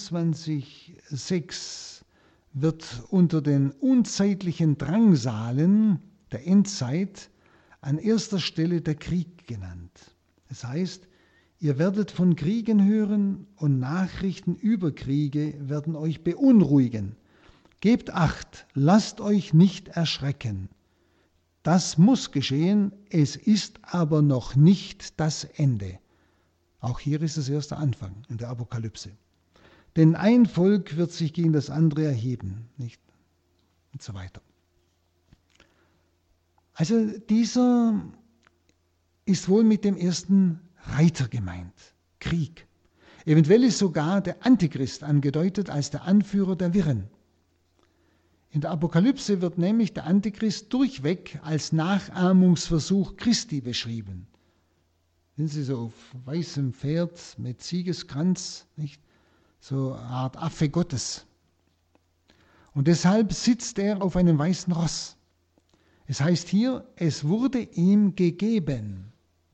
24,6 wird unter den unzeitlichen Drangsalen der Endzeit an erster Stelle der Krieg genannt. Das heißt, ihr werdet von Kriegen hören und Nachrichten über Kriege werden euch beunruhigen. Gebt Acht, lasst euch nicht erschrecken. Das muss geschehen, es ist aber noch nicht das Ende. Auch hier ist es erst der Anfang in der Apokalypse. Denn ein Volk wird sich gegen das andere erheben, nicht? Und so weiter. Also dieser ist wohl mit dem ersten Reiter gemeint, Krieg. Eventuell ist sogar der Antichrist angedeutet als der Anführer der Wirren. In der Apokalypse wird nämlich der Antichrist durchweg als Nachahmungsversuch Christi beschrieben. Sind Sie so auf weißem Pferd mit Siegeskranz, nicht? So eine Art Affe Gottes. Und deshalb sitzt er auf einem weißen Ross. Es heißt hier, es wurde ihm gegeben.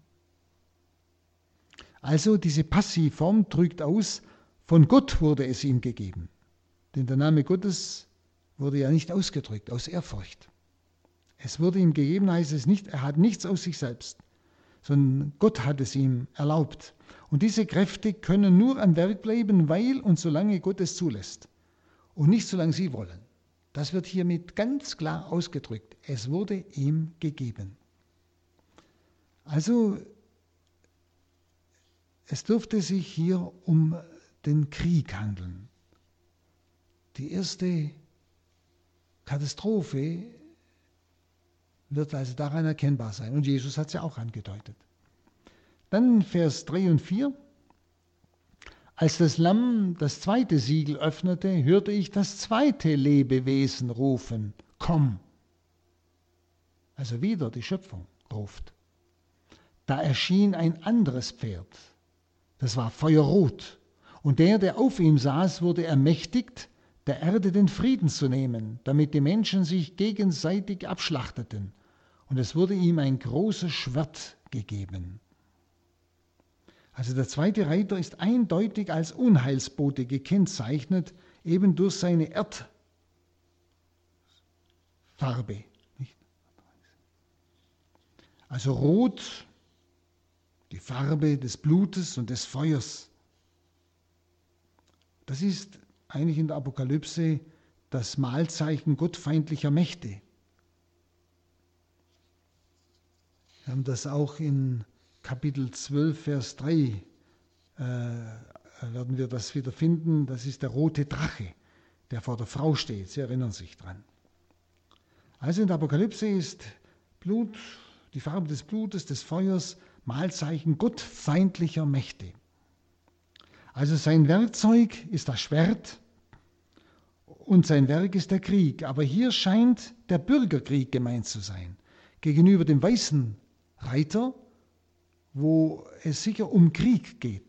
Also diese Passivform drückt aus, von Gott wurde es ihm gegeben. Denn der Name Gottes wurde ja nicht ausgedrückt aus Ehrfurcht. Es wurde ihm gegeben, heißt es nicht, er hat nichts aus sich selbst, sondern Gott hat es ihm erlaubt. Und diese Kräfte können nur am Werk bleiben, weil und solange Gott es zulässt. Und nicht solange sie wollen. Das wird hiermit ganz klar ausgedrückt. Es wurde ihm gegeben. Also, es dürfte sich hier um den Krieg handeln. Die erste Katastrophe wird also daran erkennbar sein. Und Jesus hat es ja auch angedeutet. Dann Vers 3 und 4. Als das Lamm das zweite Siegel öffnete, hörte ich das zweite Lebewesen rufen, komm. Also wieder die Schöpfung ruft. Da erschien ein anderes Pferd. Das war feuerrot. Und der auf ihm saß, wurde ermächtigt, der Erde den Frieden zu nehmen, damit die Menschen sich gegenseitig abschlachteten. Und es wurde ihm ein großes Schwert gegeben. Also der zweite Reiter ist eindeutig als Unheilsbote gekennzeichnet, eben durch seine Erdfarbe. Also rot, die Farbe des Blutes und des Feuers. Das ist eigentlich in der Apokalypse das Mahlzeichen gottfeindlicher Mächte. Wir haben das auch in Kapitel 12, Vers 3, werden wir das wieder finden. Das ist der rote Drache, der vor der Frau steht. Sie erinnern sich dran. Also in der Apokalypse ist Blut, die Farbe des Blutes, des Feuers, Mahlzeichen gottfeindlicher Mächte. Also sein Werkzeug ist das Schwert und sein Werk ist der Krieg. Aber hier scheint der Bürgerkrieg gemeint zu sein. Gegenüber dem weißen Reiter, wo es sicher um Krieg geht.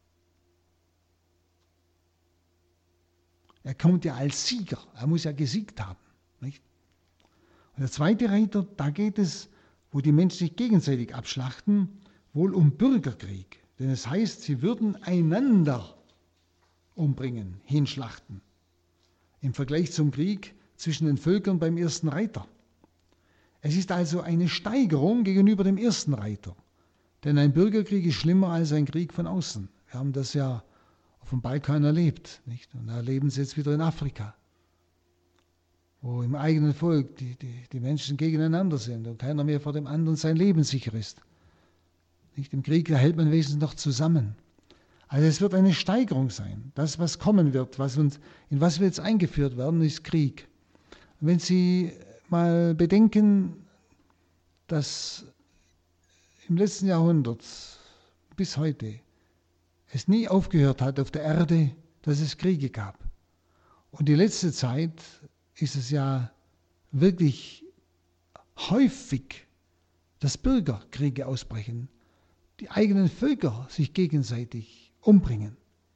Er kommt ja als Sieger, er muss ja gesiegt haben. Nicht? Und der zweite Reiter, da geht es, wo die Menschen sich gegenseitig abschlachten, wohl um Bürgerkrieg. Denn es heißt, sie würden einander umbringen, hinschlachten. Im Vergleich zum Krieg zwischen den Völkern beim ersten Reiter. Es ist also eine Steigerung gegenüber dem ersten Reiter. Denn ein Bürgerkrieg ist schlimmer als ein Krieg von außen. Wir haben das ja auf dem Balkan erlebt, nicht? Und da erleben sie jetzt wieder in Afrika, wo im eigenen Volk die Menschen gegeneinander sind und keiner mehr vor dem anderen sein Leben sicher ist. Nicht? Im Krieg, da hält man wenigstens noch zusammen. Also es wird eine Steigerung sein. Das, was kommen wird, in was wir jetzt eingeführt werden, ist Krieg. Und wenn Sie mal bedenken, dass im letzten Jahrhundert bis heute es nie aufgehört hat auf der Erde, dass es Kriege gab. Und die letzte Zeit ist es ja wirklich häufig, dass Bürgerkriege ausbrechen, die eigenen Völker sich gegenseitig umbringen,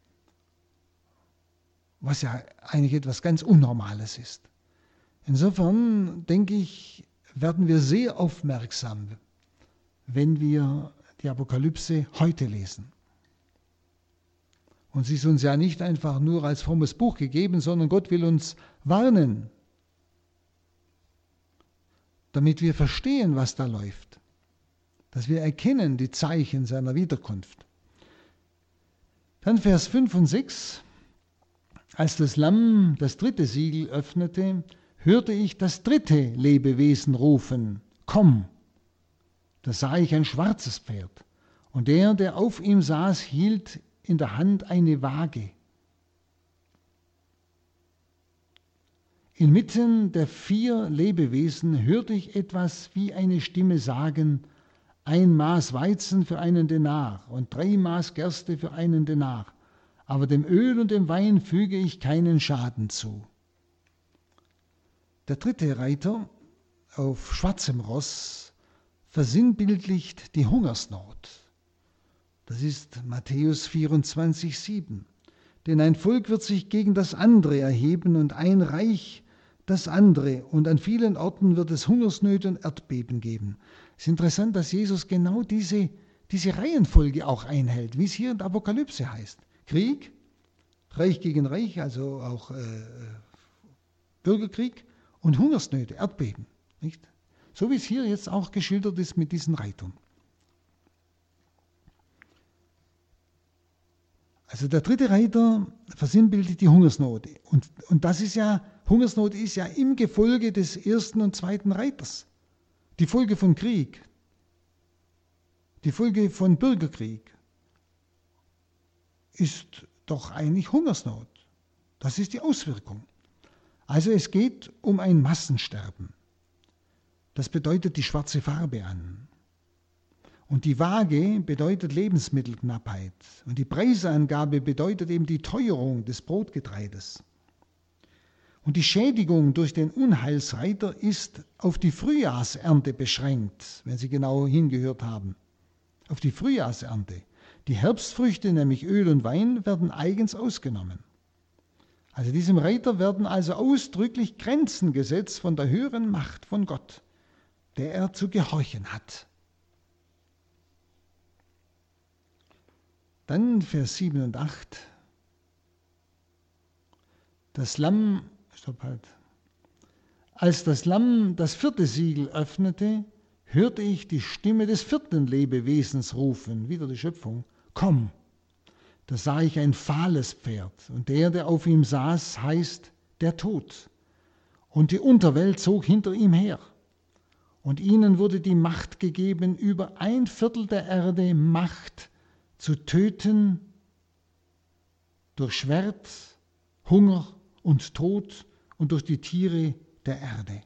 was ja eigentlich etwas ganz Unnormales ist. Insofern, denke ich, werden wir sehr aufmerksam, wenn wir die Apokalypse heute lesen. Und sie ist uns ja nicht einfach nur als frommes Buch gegeben, sondern Gott will uns warnen, damit wir verstehen, was da läuft, dass wir erkennen die Zeichen seiner Wiederkunft. Dann Vers 5 und 6. Als das Lamm das dritte Siegel öffnete, hörte ich das dritte Lebewesen rufen, komm. Da sah ich ein schwarzes Pferd, und der auf ihm saß, hielt in der Hand eine Waage. Inmitten der 4 Lebewesen hörte ich etwas wie eine Stimme sagen, 1 Maß Weizen für 1 Denar und 3 Maß Gerste für 1 Denar. Aber dem Öl und dem Wein füge ich keinen Schaden zu. Der 3. Reiter auf schwarzem Ross versinnbildlicht die Hungersnot. Das ist Matthäus 24,7. Denn ein Volk wird sich gegen das andere erheben und ein Reich das andere. Und an vielen Orten wird es Hungersnöte und Erdbeben geben. Es ist interessant, dass Jesus genau diese Reihenfolge auch einhält, wie es hier in der Apokalypse heißt. Krieg, Reich gegen Reich, also auch Bürgerkrieg und Hungersnöte, Erdbeben. Nicht? So wie es hier jetzt auch geschildert ist mit diesen Reitern. Also der 3. Reiter versinnbildlicht die Hungersnot. Und das ist ja, Hungersnot ist ja im Gefolge des 1. und 2. Reiters. Die Folge von Krieg, die Folge von Bürgerkrieg ist doch eigentlich Hungersnot. Das ist die Auswirkung. Also es geht um ein Massensterben. Das bedeutet die schwarze Farbe an. Und die Waage bedeutet Lebensmittelknappheit. Und die Preisangabe bedeutet eben die Teuerung des Brotgetreides. Und die Schädigung durch den Unheilsreiter ist auf die Frühjahrsernte beschränkt, wenn Sie genau hingehört haben. Auf die Frühjahrsernte. Die Herbstfrüchte, nämlich Öl und Wein, werden eigens ausgenommen. Also diesem Reiter werden also ausdrücklich Grenzen gesetzt von der höheren Macht von Gott, der er zu gehorchen hat. Dann Vers 7 und 8. Als das Lamm das 4. Siegel öffnete, hörte ich die Stimme des 4. Lebewesens rufen, wieder die Schöpfung, komm. Da sah ich ein fahles Pferd, und der auf ihm saß, heißt der Tod. Und die Unterwelt zog hinter ihm her. Und ihnen wurde die Macht gegeben, über 1/4 der Erde Macht zu töten durch Schwert, Hunger und Tod und durch die Tiere der Erde.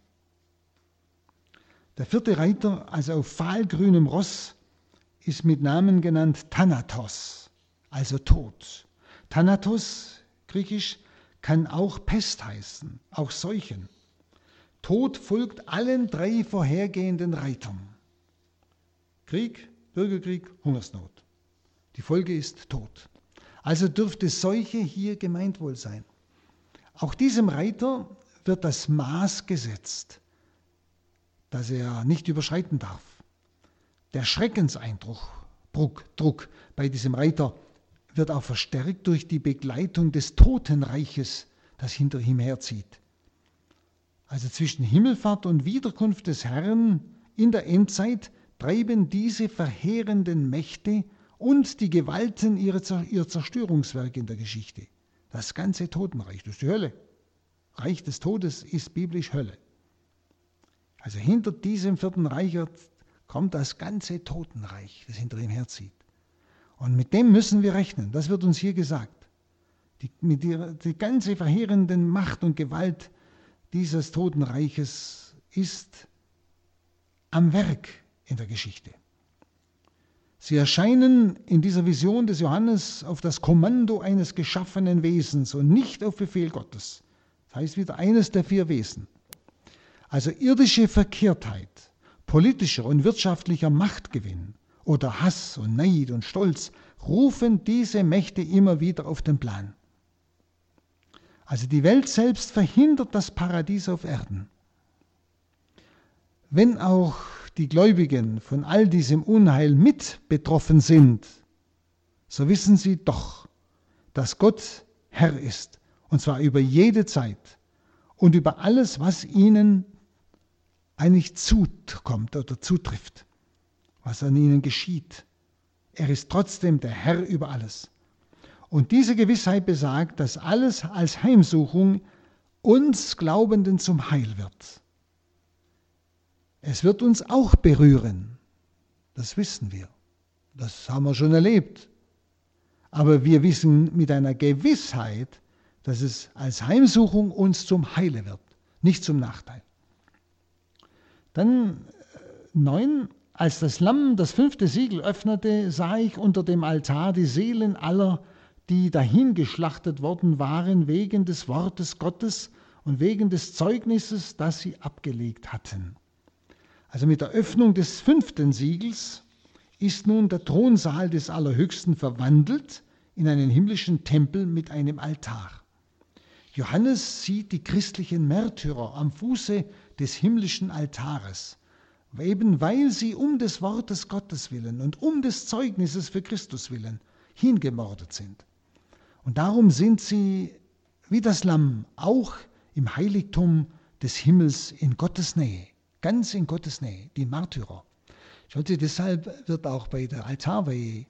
Der 4. Reiter, also auf fahlgrünem Ross, ist mit Namen genannt Thanatos, also Tod. Thanatos, griechisch, kann auch Pest heißen, auch Seuchen. Tod folgt allen 3 vorhergehenden Reitern. Krieg, Bürgerkrieg, Hungersnot. Die Folge ist Tod. Also dürfte Seuche hier gemeint wohl sein. Auch diesem Reiter wird das Maß gesetzt, das er nicht überschreiten darf. Der Schreckenseindruck bei diesem Reiter wird auch verstärkt durch die Begleitung des Totenreiches, das hinter ihm herzieht. Also zwischen Himmelfahrt und Wiederkunft des Herrn in der Endzeit treiben diese verheerenden Mächte und die Gewalten ihr Zerstörungswerk in der Geschichte. Das ganze Totenreich, das ist die Hölle. Reich des Todes ist biblisch Hölle. Also hinter diesem 4. Reich kommt das ganze Totenreich, das hinter ihm herzieht. Und mit dem müssen wir rechnen, das wird uns hier gesagt. Die ganze verheerende Macht und Gewalt dieses Totenreiches ist am Werk in der Geschichte. Sie erscheinen in dieser Vision des Johannes auf das Kommando eines geschaffenen Wesens und nicht auf Befehl Gottes. Das heißt wieder eines der 4 Wesen. Also irdische Verkehrtheit, politischer und wirtschaftlicher Machtgewinn oder Hass und Neid und Stolz rufen diese Mächte immer wieder auf den Plan. Also die Welt selbst verhindert das Paradies auf Erden. Wenn auch die Gläubigen von all diesem Unheil mit betroffen sind, so wissen sie doch, dass Gott Herr ist, und zwar über jede Zeit und über alles, was ihnen eigentlich zukommt oder zutrifft, was an ihnen geschieht. Er ist trotzdem der Herr über alles. Und diese Gewissheit besagt, dass alles als Heimsuchung uns Glaubenden zum Heil wird. Es wird uns auch berühren, das wissen wir, das haben wir schon erlebt. Aber wir wissen mit einer Gewissheit, dass es als Heimsuchung uns zum Heile wird, nicht zum Nachteil. Dann 9, Als das Lamm das 5. Siegel öffnete, sah ich unter dem Altar die Seelen aller, die dahingeschlachtet worden waren wegen des Wortes Gottes und wegen des Zeugnisses, das sie abgelegt hatten. Also mit der Öffnung des 5. Siegels ist nun der Thronsaal des Allerhöchsten verwandelt in einen himmlischen Tempel mit einem Altar. Johannes sieht die christlichen Märtyrer am Fuße des himmlischen Altares, eben weil sie um des Wortes Gottes willen und um des Zeugnisses für Christus willen hingemordet sind. Und darum sind sie wie das Lamm auch im Heiligtum des Himmels in Gottes Nähe, ganz in Gottes Nähe, die Märtyrer. Schaut ihr, deshalb wird auch bei der Altarweihe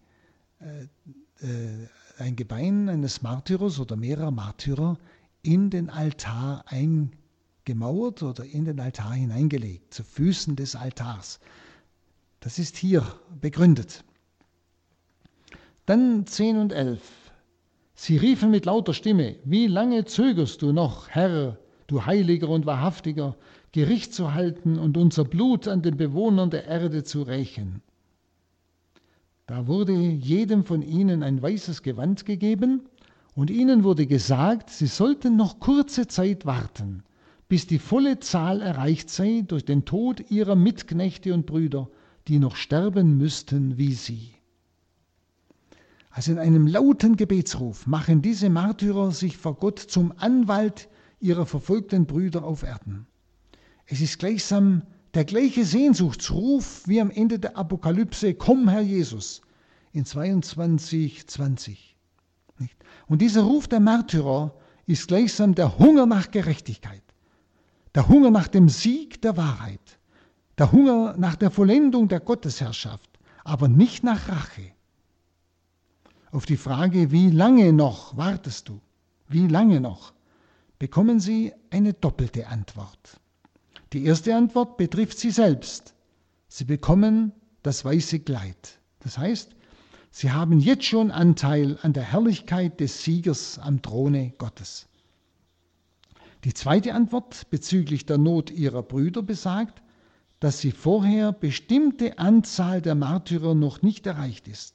ein Gebein eines Märtyrers oder mehrerer Märtyrer in den Altar eingemauert oder in den Altar hineingelegt, zu Füßen des Altars. Das ist hier begründet. Dann 10 und 11. Sie riefen mit lauter Stimme: Wie lange zögerst du noch, Herr, du Heiliger und Wahrhaftiger, Gericht zu halten und unser Blut an den Bewohnern der Erde zu rächen? Da wurde jedem von ihnen ein weißes Gewand gegeben, und ihnen wurde gesagt, sie sollten noch kurze Zeit warten, bis die volle Zahl erreicht sei durch den Tod ihrer Mitknechte und Brüder, die noch sterben müssten wie sie. Also in einem lauten Gebetsruf machen diese Märtyrer sich vor Gott zum Anwalt ihrer verfolgten Brüder auf Erden. Es ist gleichsam der gleiche Sehnsuchtsruf wie am Ende der Apokalypse: Komm, Herr Jesus, in 22,20. Und dieser Ruf der Märtyrer ist gleichsam der Hunger nach Gerechtigkeit, der Hunger nach dem Sieg der Wahrheit, der Hunger nach der Vollendung der Gottesherrschaft, aber nicht nach Rache. Auf die Frage, wie lange noch wartest du, wie lange noch, bekommen sie eine doppelte Antwort. Die erste Antwort betrifft sie selbst. Sie bekommen das weiße Kleid. Das heißt, sie haben jetzt schon Anteil an der Herrlichkeit des Siegers am Throne Gottes. Die zweite Antwort bezüglich der Not ihrer Brüder besagt, dass die vorher bestimmte Anzahl der Märtyrer noch nicht erreicht ist.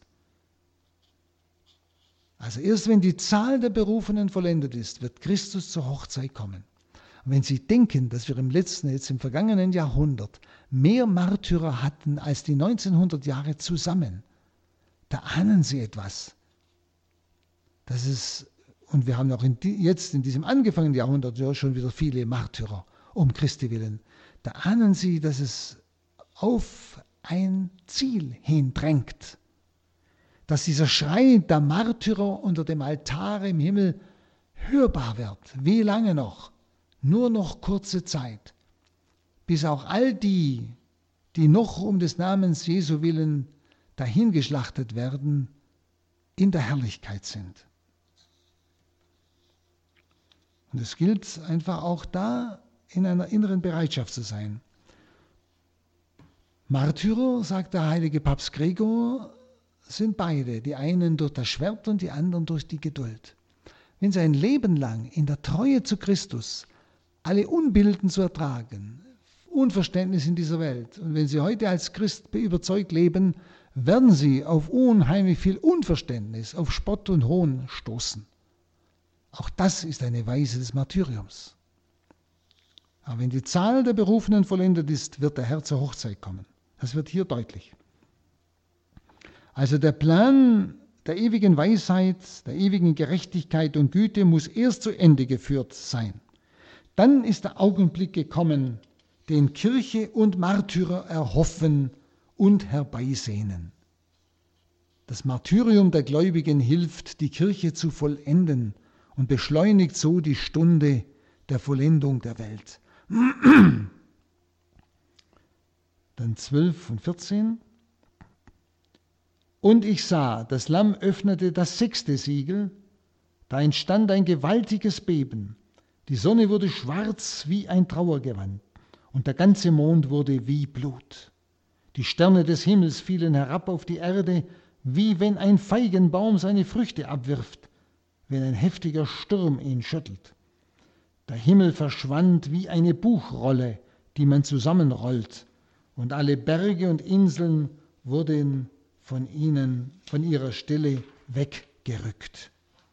Also erst wenn die Zahl der Berufenen vollendet ist, wird Christus zur Hochzeit kommen. Und wenn Sie denken, dass wir jetzt im vergangenen Jahrhundert, mehr Märtyrer hatten als die 1900 Jahre zusammen, da ahnen Sie etwas. Und wir haben auch jetzt in diesem angefangenen Jahrhundert ja schon wieder viele Märtyrer um Christi willen. Da ahnen Sie, dass es auf ein Ziel hindrängt. Dass dieser Schrei der Märtyrer unter dem Altar im Himmel hörbar wird. Wie lange noch? Nur noch kurze Zeit. Bis auch all die, die noch um des Namens Jesu willen dahingeschlachtet werden, in der Herrlichkeit sind. Und es gilt einfach auch da, in einer inneren Bereitschaft zu sein. Märtyrer, sagt der heilige Papst Gregor, sind beide, die einen durch das Schwert und die anderen durch die Geduld. Wenn sie ein Leben lang in der Treue zu Christus alle Unbilden zu ertragen, Unverständnis in dieser Welt, und wenn sie heute als Christ überzeugt leben, werden sie auf unheimlich viel Unverständnis, auf Spott und Hohn stoßen. Auch das ist eine Weise des Martyriums. Aber wenn die Zahl der Berufenen vollendet ist, wird der Herr zur Hochzeit kommen. Das wird hier deutlich. Also der Plan der ewigen Weisheit, der ewigen Gerechtigkeit und Güte muss erst zu Ende geführt sein. Dann ist der Augenblick gekommen, den Kirche und Märtyrer erhoffen und herbeisehnen. Das Martyrium der Gläubigen hilft, die Kirche zu vollenden und beschleunigt so die Stunde der Vollendung der Welt. Dann 12 und 14. Und ich sah, das Lamm öffnete das 6. Siegel, da entstand ein gewaltiges Beben. Die Sonne wurde schwarz wie ein Trauergewand und der ganze Mond wurde wie Blut. Die Sterne des Himmels fielen herab auf die Erde, wie wenn ein Feigenbaum seine Früchte abwirft, wenn ein heftiger Sturm ihn schüttelt. Der Himmel verschwand wie eine Buchrolle, die man zusammenrollt, und alle Berge und Inseln wurden von ihrer Stelle weggerückt.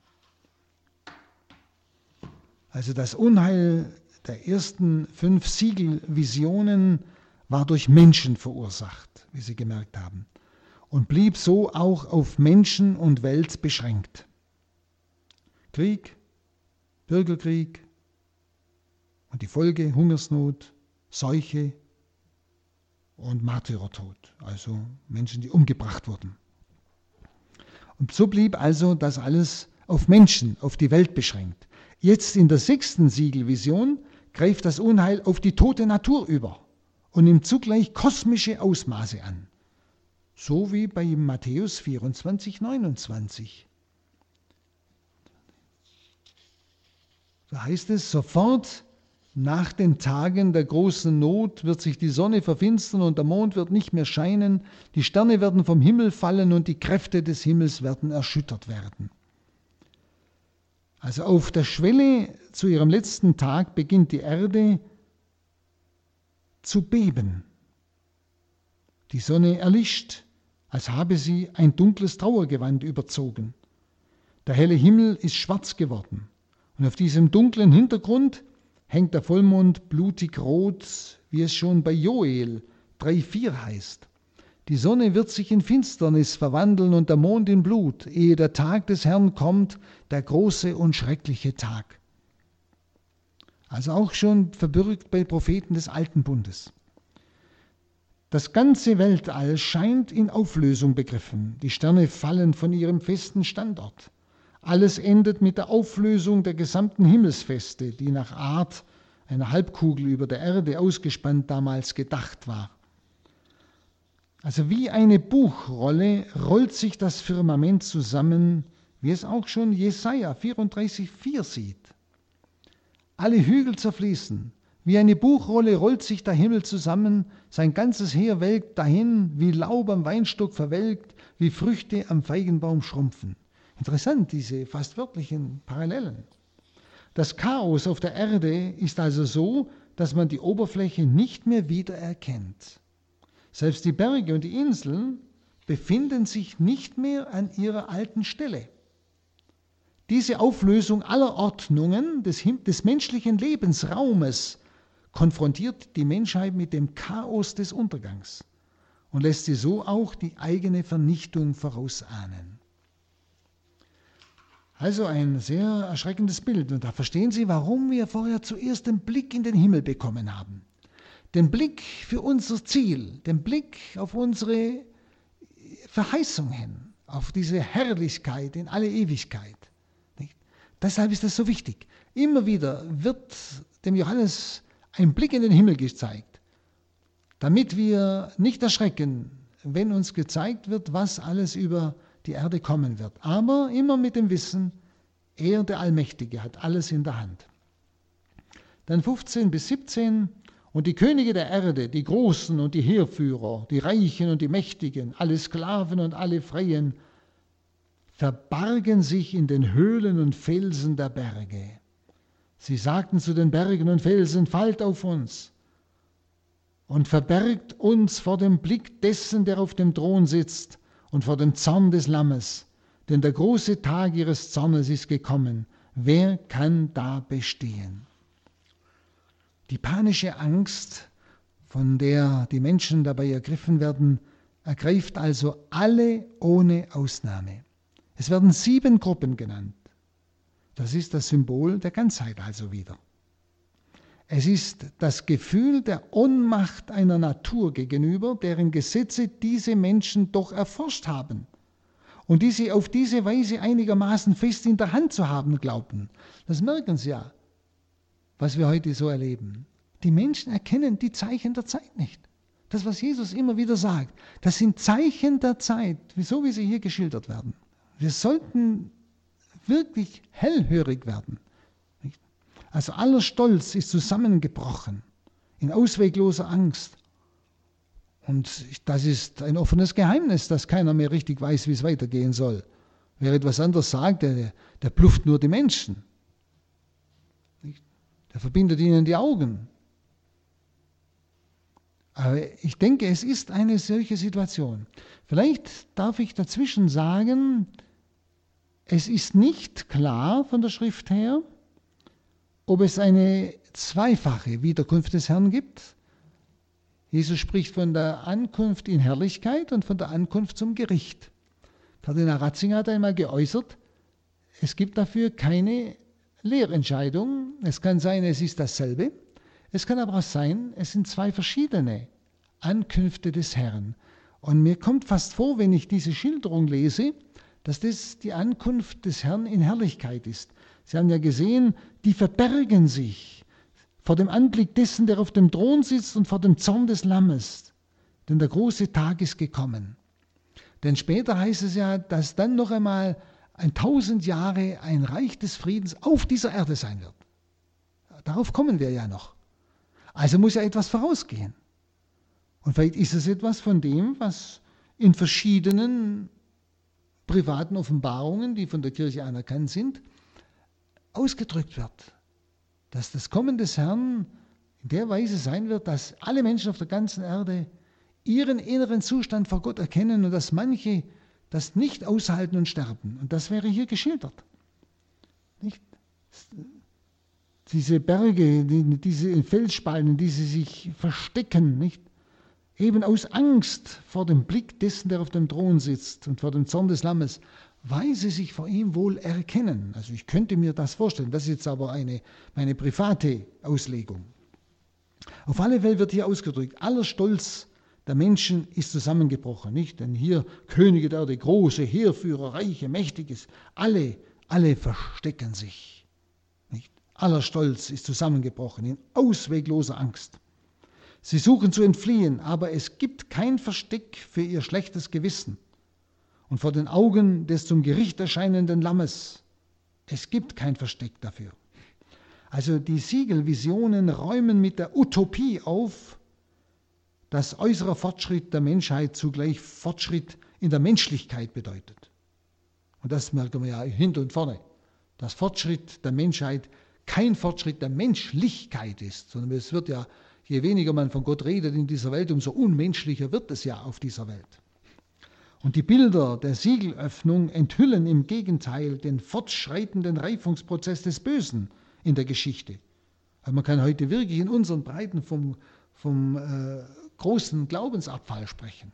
Also das Unheil der ersten 5 Siegelvisionen war durch Menschen verursacht, wie Sie gemerkt haben, und blieb so auch auf Menschen und Welt beschränkt. Krieg, Bürgerkrieg und die Folge Hungersnot, Seuche und Märtyrertod, also Menschen, die umgebracht wurden. Und so blieb also das alles auf Menschen, auf die Welt beschränkt. Jetzt in der 6. Siegelvision greift das Unheil auf die tote Natur über und nimmt zugleich kosmische Ausmaße an. So wie bei Matthäus 24, 29. Da heißt es, sofort nach den Tagen der großen Not wird sich die Sonne verfinstern und der Mond wird nicht mehr scheinen, die Sterne werden vom Himmel fallen und die Kräfte des Himmels werden erschüttert werden. Also auf der Schwelle zu ihrem letzten Tag beginnt die Erde zu beben. Die Sonne erlischt, als habe sie ein dunkles Trauergewand überzogen. Der helle Himmel ist schwarz geworden und auf diesem dunklen Hintergrund hängt der Vollmond blutig rot, wie es schon bei Joel 3,4 heißt. Die Sonne wird sich in Finsternis verwandeln und der Mond in Blut, ehe der Tag des Herrn kommt, der große und schreckliche Tag. Also auch schon verbürgt bei Propheten des Alten Bundes. Das ganze Weltall scheint in Auflösung begriffen. Die Sterne fallen von ihrem festen Standort. Alles endet mit der Auflösung der gesamten Himmelsfeste, die nach Art einer Halbkugel über der Erde ausgespannt damals gedacht war. Also wie eine Buchrolle rollt sich das Firmament zusammen, wie es auch schon Jesaja 34,4 sieht. Alle Hügel zerfließen, wie eine Buchrolle rollt sich der Himmel zusammen, sein ganzes Heer welkt dahin, wie Laub am Weinstock verwelkt, wie Früchte am Feigenbaum schrumpfen. Interessant, diese fast wörtlichen Parallelen. Das Chaos auf der Erde ist also so, dass man die Oberfläche nicht mehr wiedererkennt. Selbst die Berge und die Inseln befinden sich nicht mehr an ihrer alten Stelle. Diese Auflösung aller Ordnungen des menschlichen Lebensraumes konfrontiert die Menschheit mit dem Chaos des Untergangs und lässt sie so auch die eigene Vernichtung vorausahnen. Also ein sehr erschreckendes Bild. Und da verstehen Sie, warum wir vorher zuerst den Blick in den Himmel bekommen haben. Den Blick für unser Ziel, den Blick auf unsere Verheißung hin, auf diese Herrlichkeit in alle Ewigkeit. Nicht? Deshalb ist das so wichtig. Immer wieder wird dem Johannes ein Blick in den Himmel gezeigt, damit wir nicht erschrecken, wenn uns gezeigt wird, was alles über die Erde kommen wird. Aber immer mit dem Wissen, er, der Allmächtige, hat alles in der Hand. Dann 15 bis 17. Und die Könige der Erde, die Großen und die Heerführer, die Reichen und die Mächtigen, alle Sklaven und alle Freien, verbargen sich in den Höhlen und Felsen der Berge. Sie sagten zu den Bergen und Felsen, fallt auf uns und verbergt uns vor dem Blick dessen, der auf dem Thron sitzt und vor dem Zorn des Lammes. Denn der große Tag ihres Zornes ist gekommen. Wer kann da bestehen? Die panische Angst, von der die Menschen dabei ergriffen werden, ergreift also alle ohne Ausnahme. Es werden 7 Gruppen genannt. Das ist das Symbol der Ganzheit also wieder. Es ist das Gefühl der Ohnmacht einer Natur gegenüber, deren Gesetze diese Menschen doch erforscht haben und die sie auf diese Weise einigermaßen fest in der Hand zu haben glaubten. Das merken Sie ja, was wir heute so erleben. Die Menschen erkennen die Zeichen der Zeit nicht. Das, was Jesus immer wieder sagt, das sind Zeichen der Zeit, so wie sie hier geschildert werden. Wir sollten wirklich hellhörig werden. Also aller Stolz ist zusammengebrochen in auswegloser Angst. Und das ist ein offenes Geheimnis, dass keiner mehr richtig weiß, wie es weitergehen soll. Wer etwas anderes sagt, der blufft nur die Menschen. Der verbindet ihnen die Augen. Aber ich denke, es ist eine solche Situation. Vielleicht darf ich dazwischen sagen, es ist nicht klar von der Schrift her, ob es eine zweifache Wiederkunft des Herrn gibt. Jesus spricht von der Ankunft in Herrlichkeit und von der Ankunft zum Gericht. Kardinal Ratzinger hat einmal geäußert, es gibt dafür keine Lehrentscheidung. Es kann sein, es ist dasselbe. Es kann aber auch sein, es sind zwei verschiedene Ankünfte des Herrn. Und mir kommt fast vor, wenn ich diese Schilderung lese, dass das die Ankunft des Herrn in Herrlichkeit ist. Sie haben ja gesehen, die verbergen sich vor dem Anblick dessen, der auf dem Thron sitzt und vor dem Zorn des Lammes. Denn der große Tag ist gekommen. Denn später heißt es ja, dass dann noch einmal 1000 Jahre ein Reich des Friedens auf dieser Erde sein wird. Darauf kommen wir ja noch. Also muss ja etwas vorausgehen. Und vielleicht ist es etwas von dem, was in verschiedenen privaten Offenbarungen, die von der Kirche anerkannt sind, ausgedrückt wird. Dass das Kommen des Herrn in der Weise sein wird, dass alle Menschen auf der ganzen Erde ihren inneren Zustand vor Gott erkennen und dass manche das nicht aushalten und sterben. Und das wäre hier geschildert. Nicht? Diese Berge, diese Felsspalten, die sie sich verstecken, nicht? Eben aus Angst vor dem Blick dessen, der auf dem Thron sitzt und vor dem Zorn des Lammes, weil sie sich vor ihm wohl erkennen. Also ich könnte mir das vorstellen, das ist jetzt aber meine private Auslegung. Auf alle Fälle wird hier ausgedrückt, aller Stolz der Menschen ist zusammengebrochen, nicht? Denn hier Könige der Erde, große Heerführer, Reiche, Mächtiges, alle verstecken sich. Nicht? Aller Stolz ist zusammengebrochen in auswegloser Angst. Sie suchen zu entfliehen, aber es gibt kein Versteck für ihr schlechtes Gewissen. Und vor den Augen des zum Gericht erscheinenden Lammes, es gibt kein Versteck dafür. Also die Siegelvisionen räumen mit der Utopie auf, dass äußerer Fortschritt der Menschheit zugleich Fortschritt in der Menschlichkeit bedeutet. Und das merken wir ja hinten und vorne, dass Fortschritt der Menschheit kein Fortschritt der Menschlichkeit ist, sondern es wird ja, je weniger man von Gott redet in dieser Welt, umso unmenschlicher wird es ja auf dieser Welt. Und die Bilder der Siegelöffnung enthüllen im Gegenteil den fortschreitenden Reifungsprozess des Bösen in der Geschichte. Also man kann heute wirklich in unseren Breiten vom großen Glaubensabfall sprechen.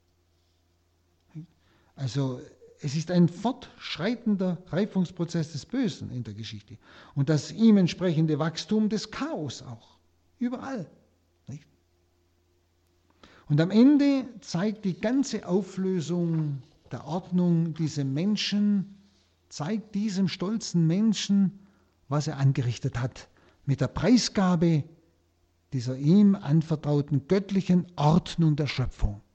Also es ist ein fortschreitender Reifungsprozess des Bösen in der Geschichte. Und das ihm entsprechende Wachstum des Chaos auch. Überall. Nicht? Und am Ende zeigt die ganze Auflösung der Ordnung diesem Menschen, zeigt diesem stolzen Menschen, was er angerichtet hat, mit der Preisgabe dieser ihm anvertrauten göttlichen Ordnung der Schöpfung.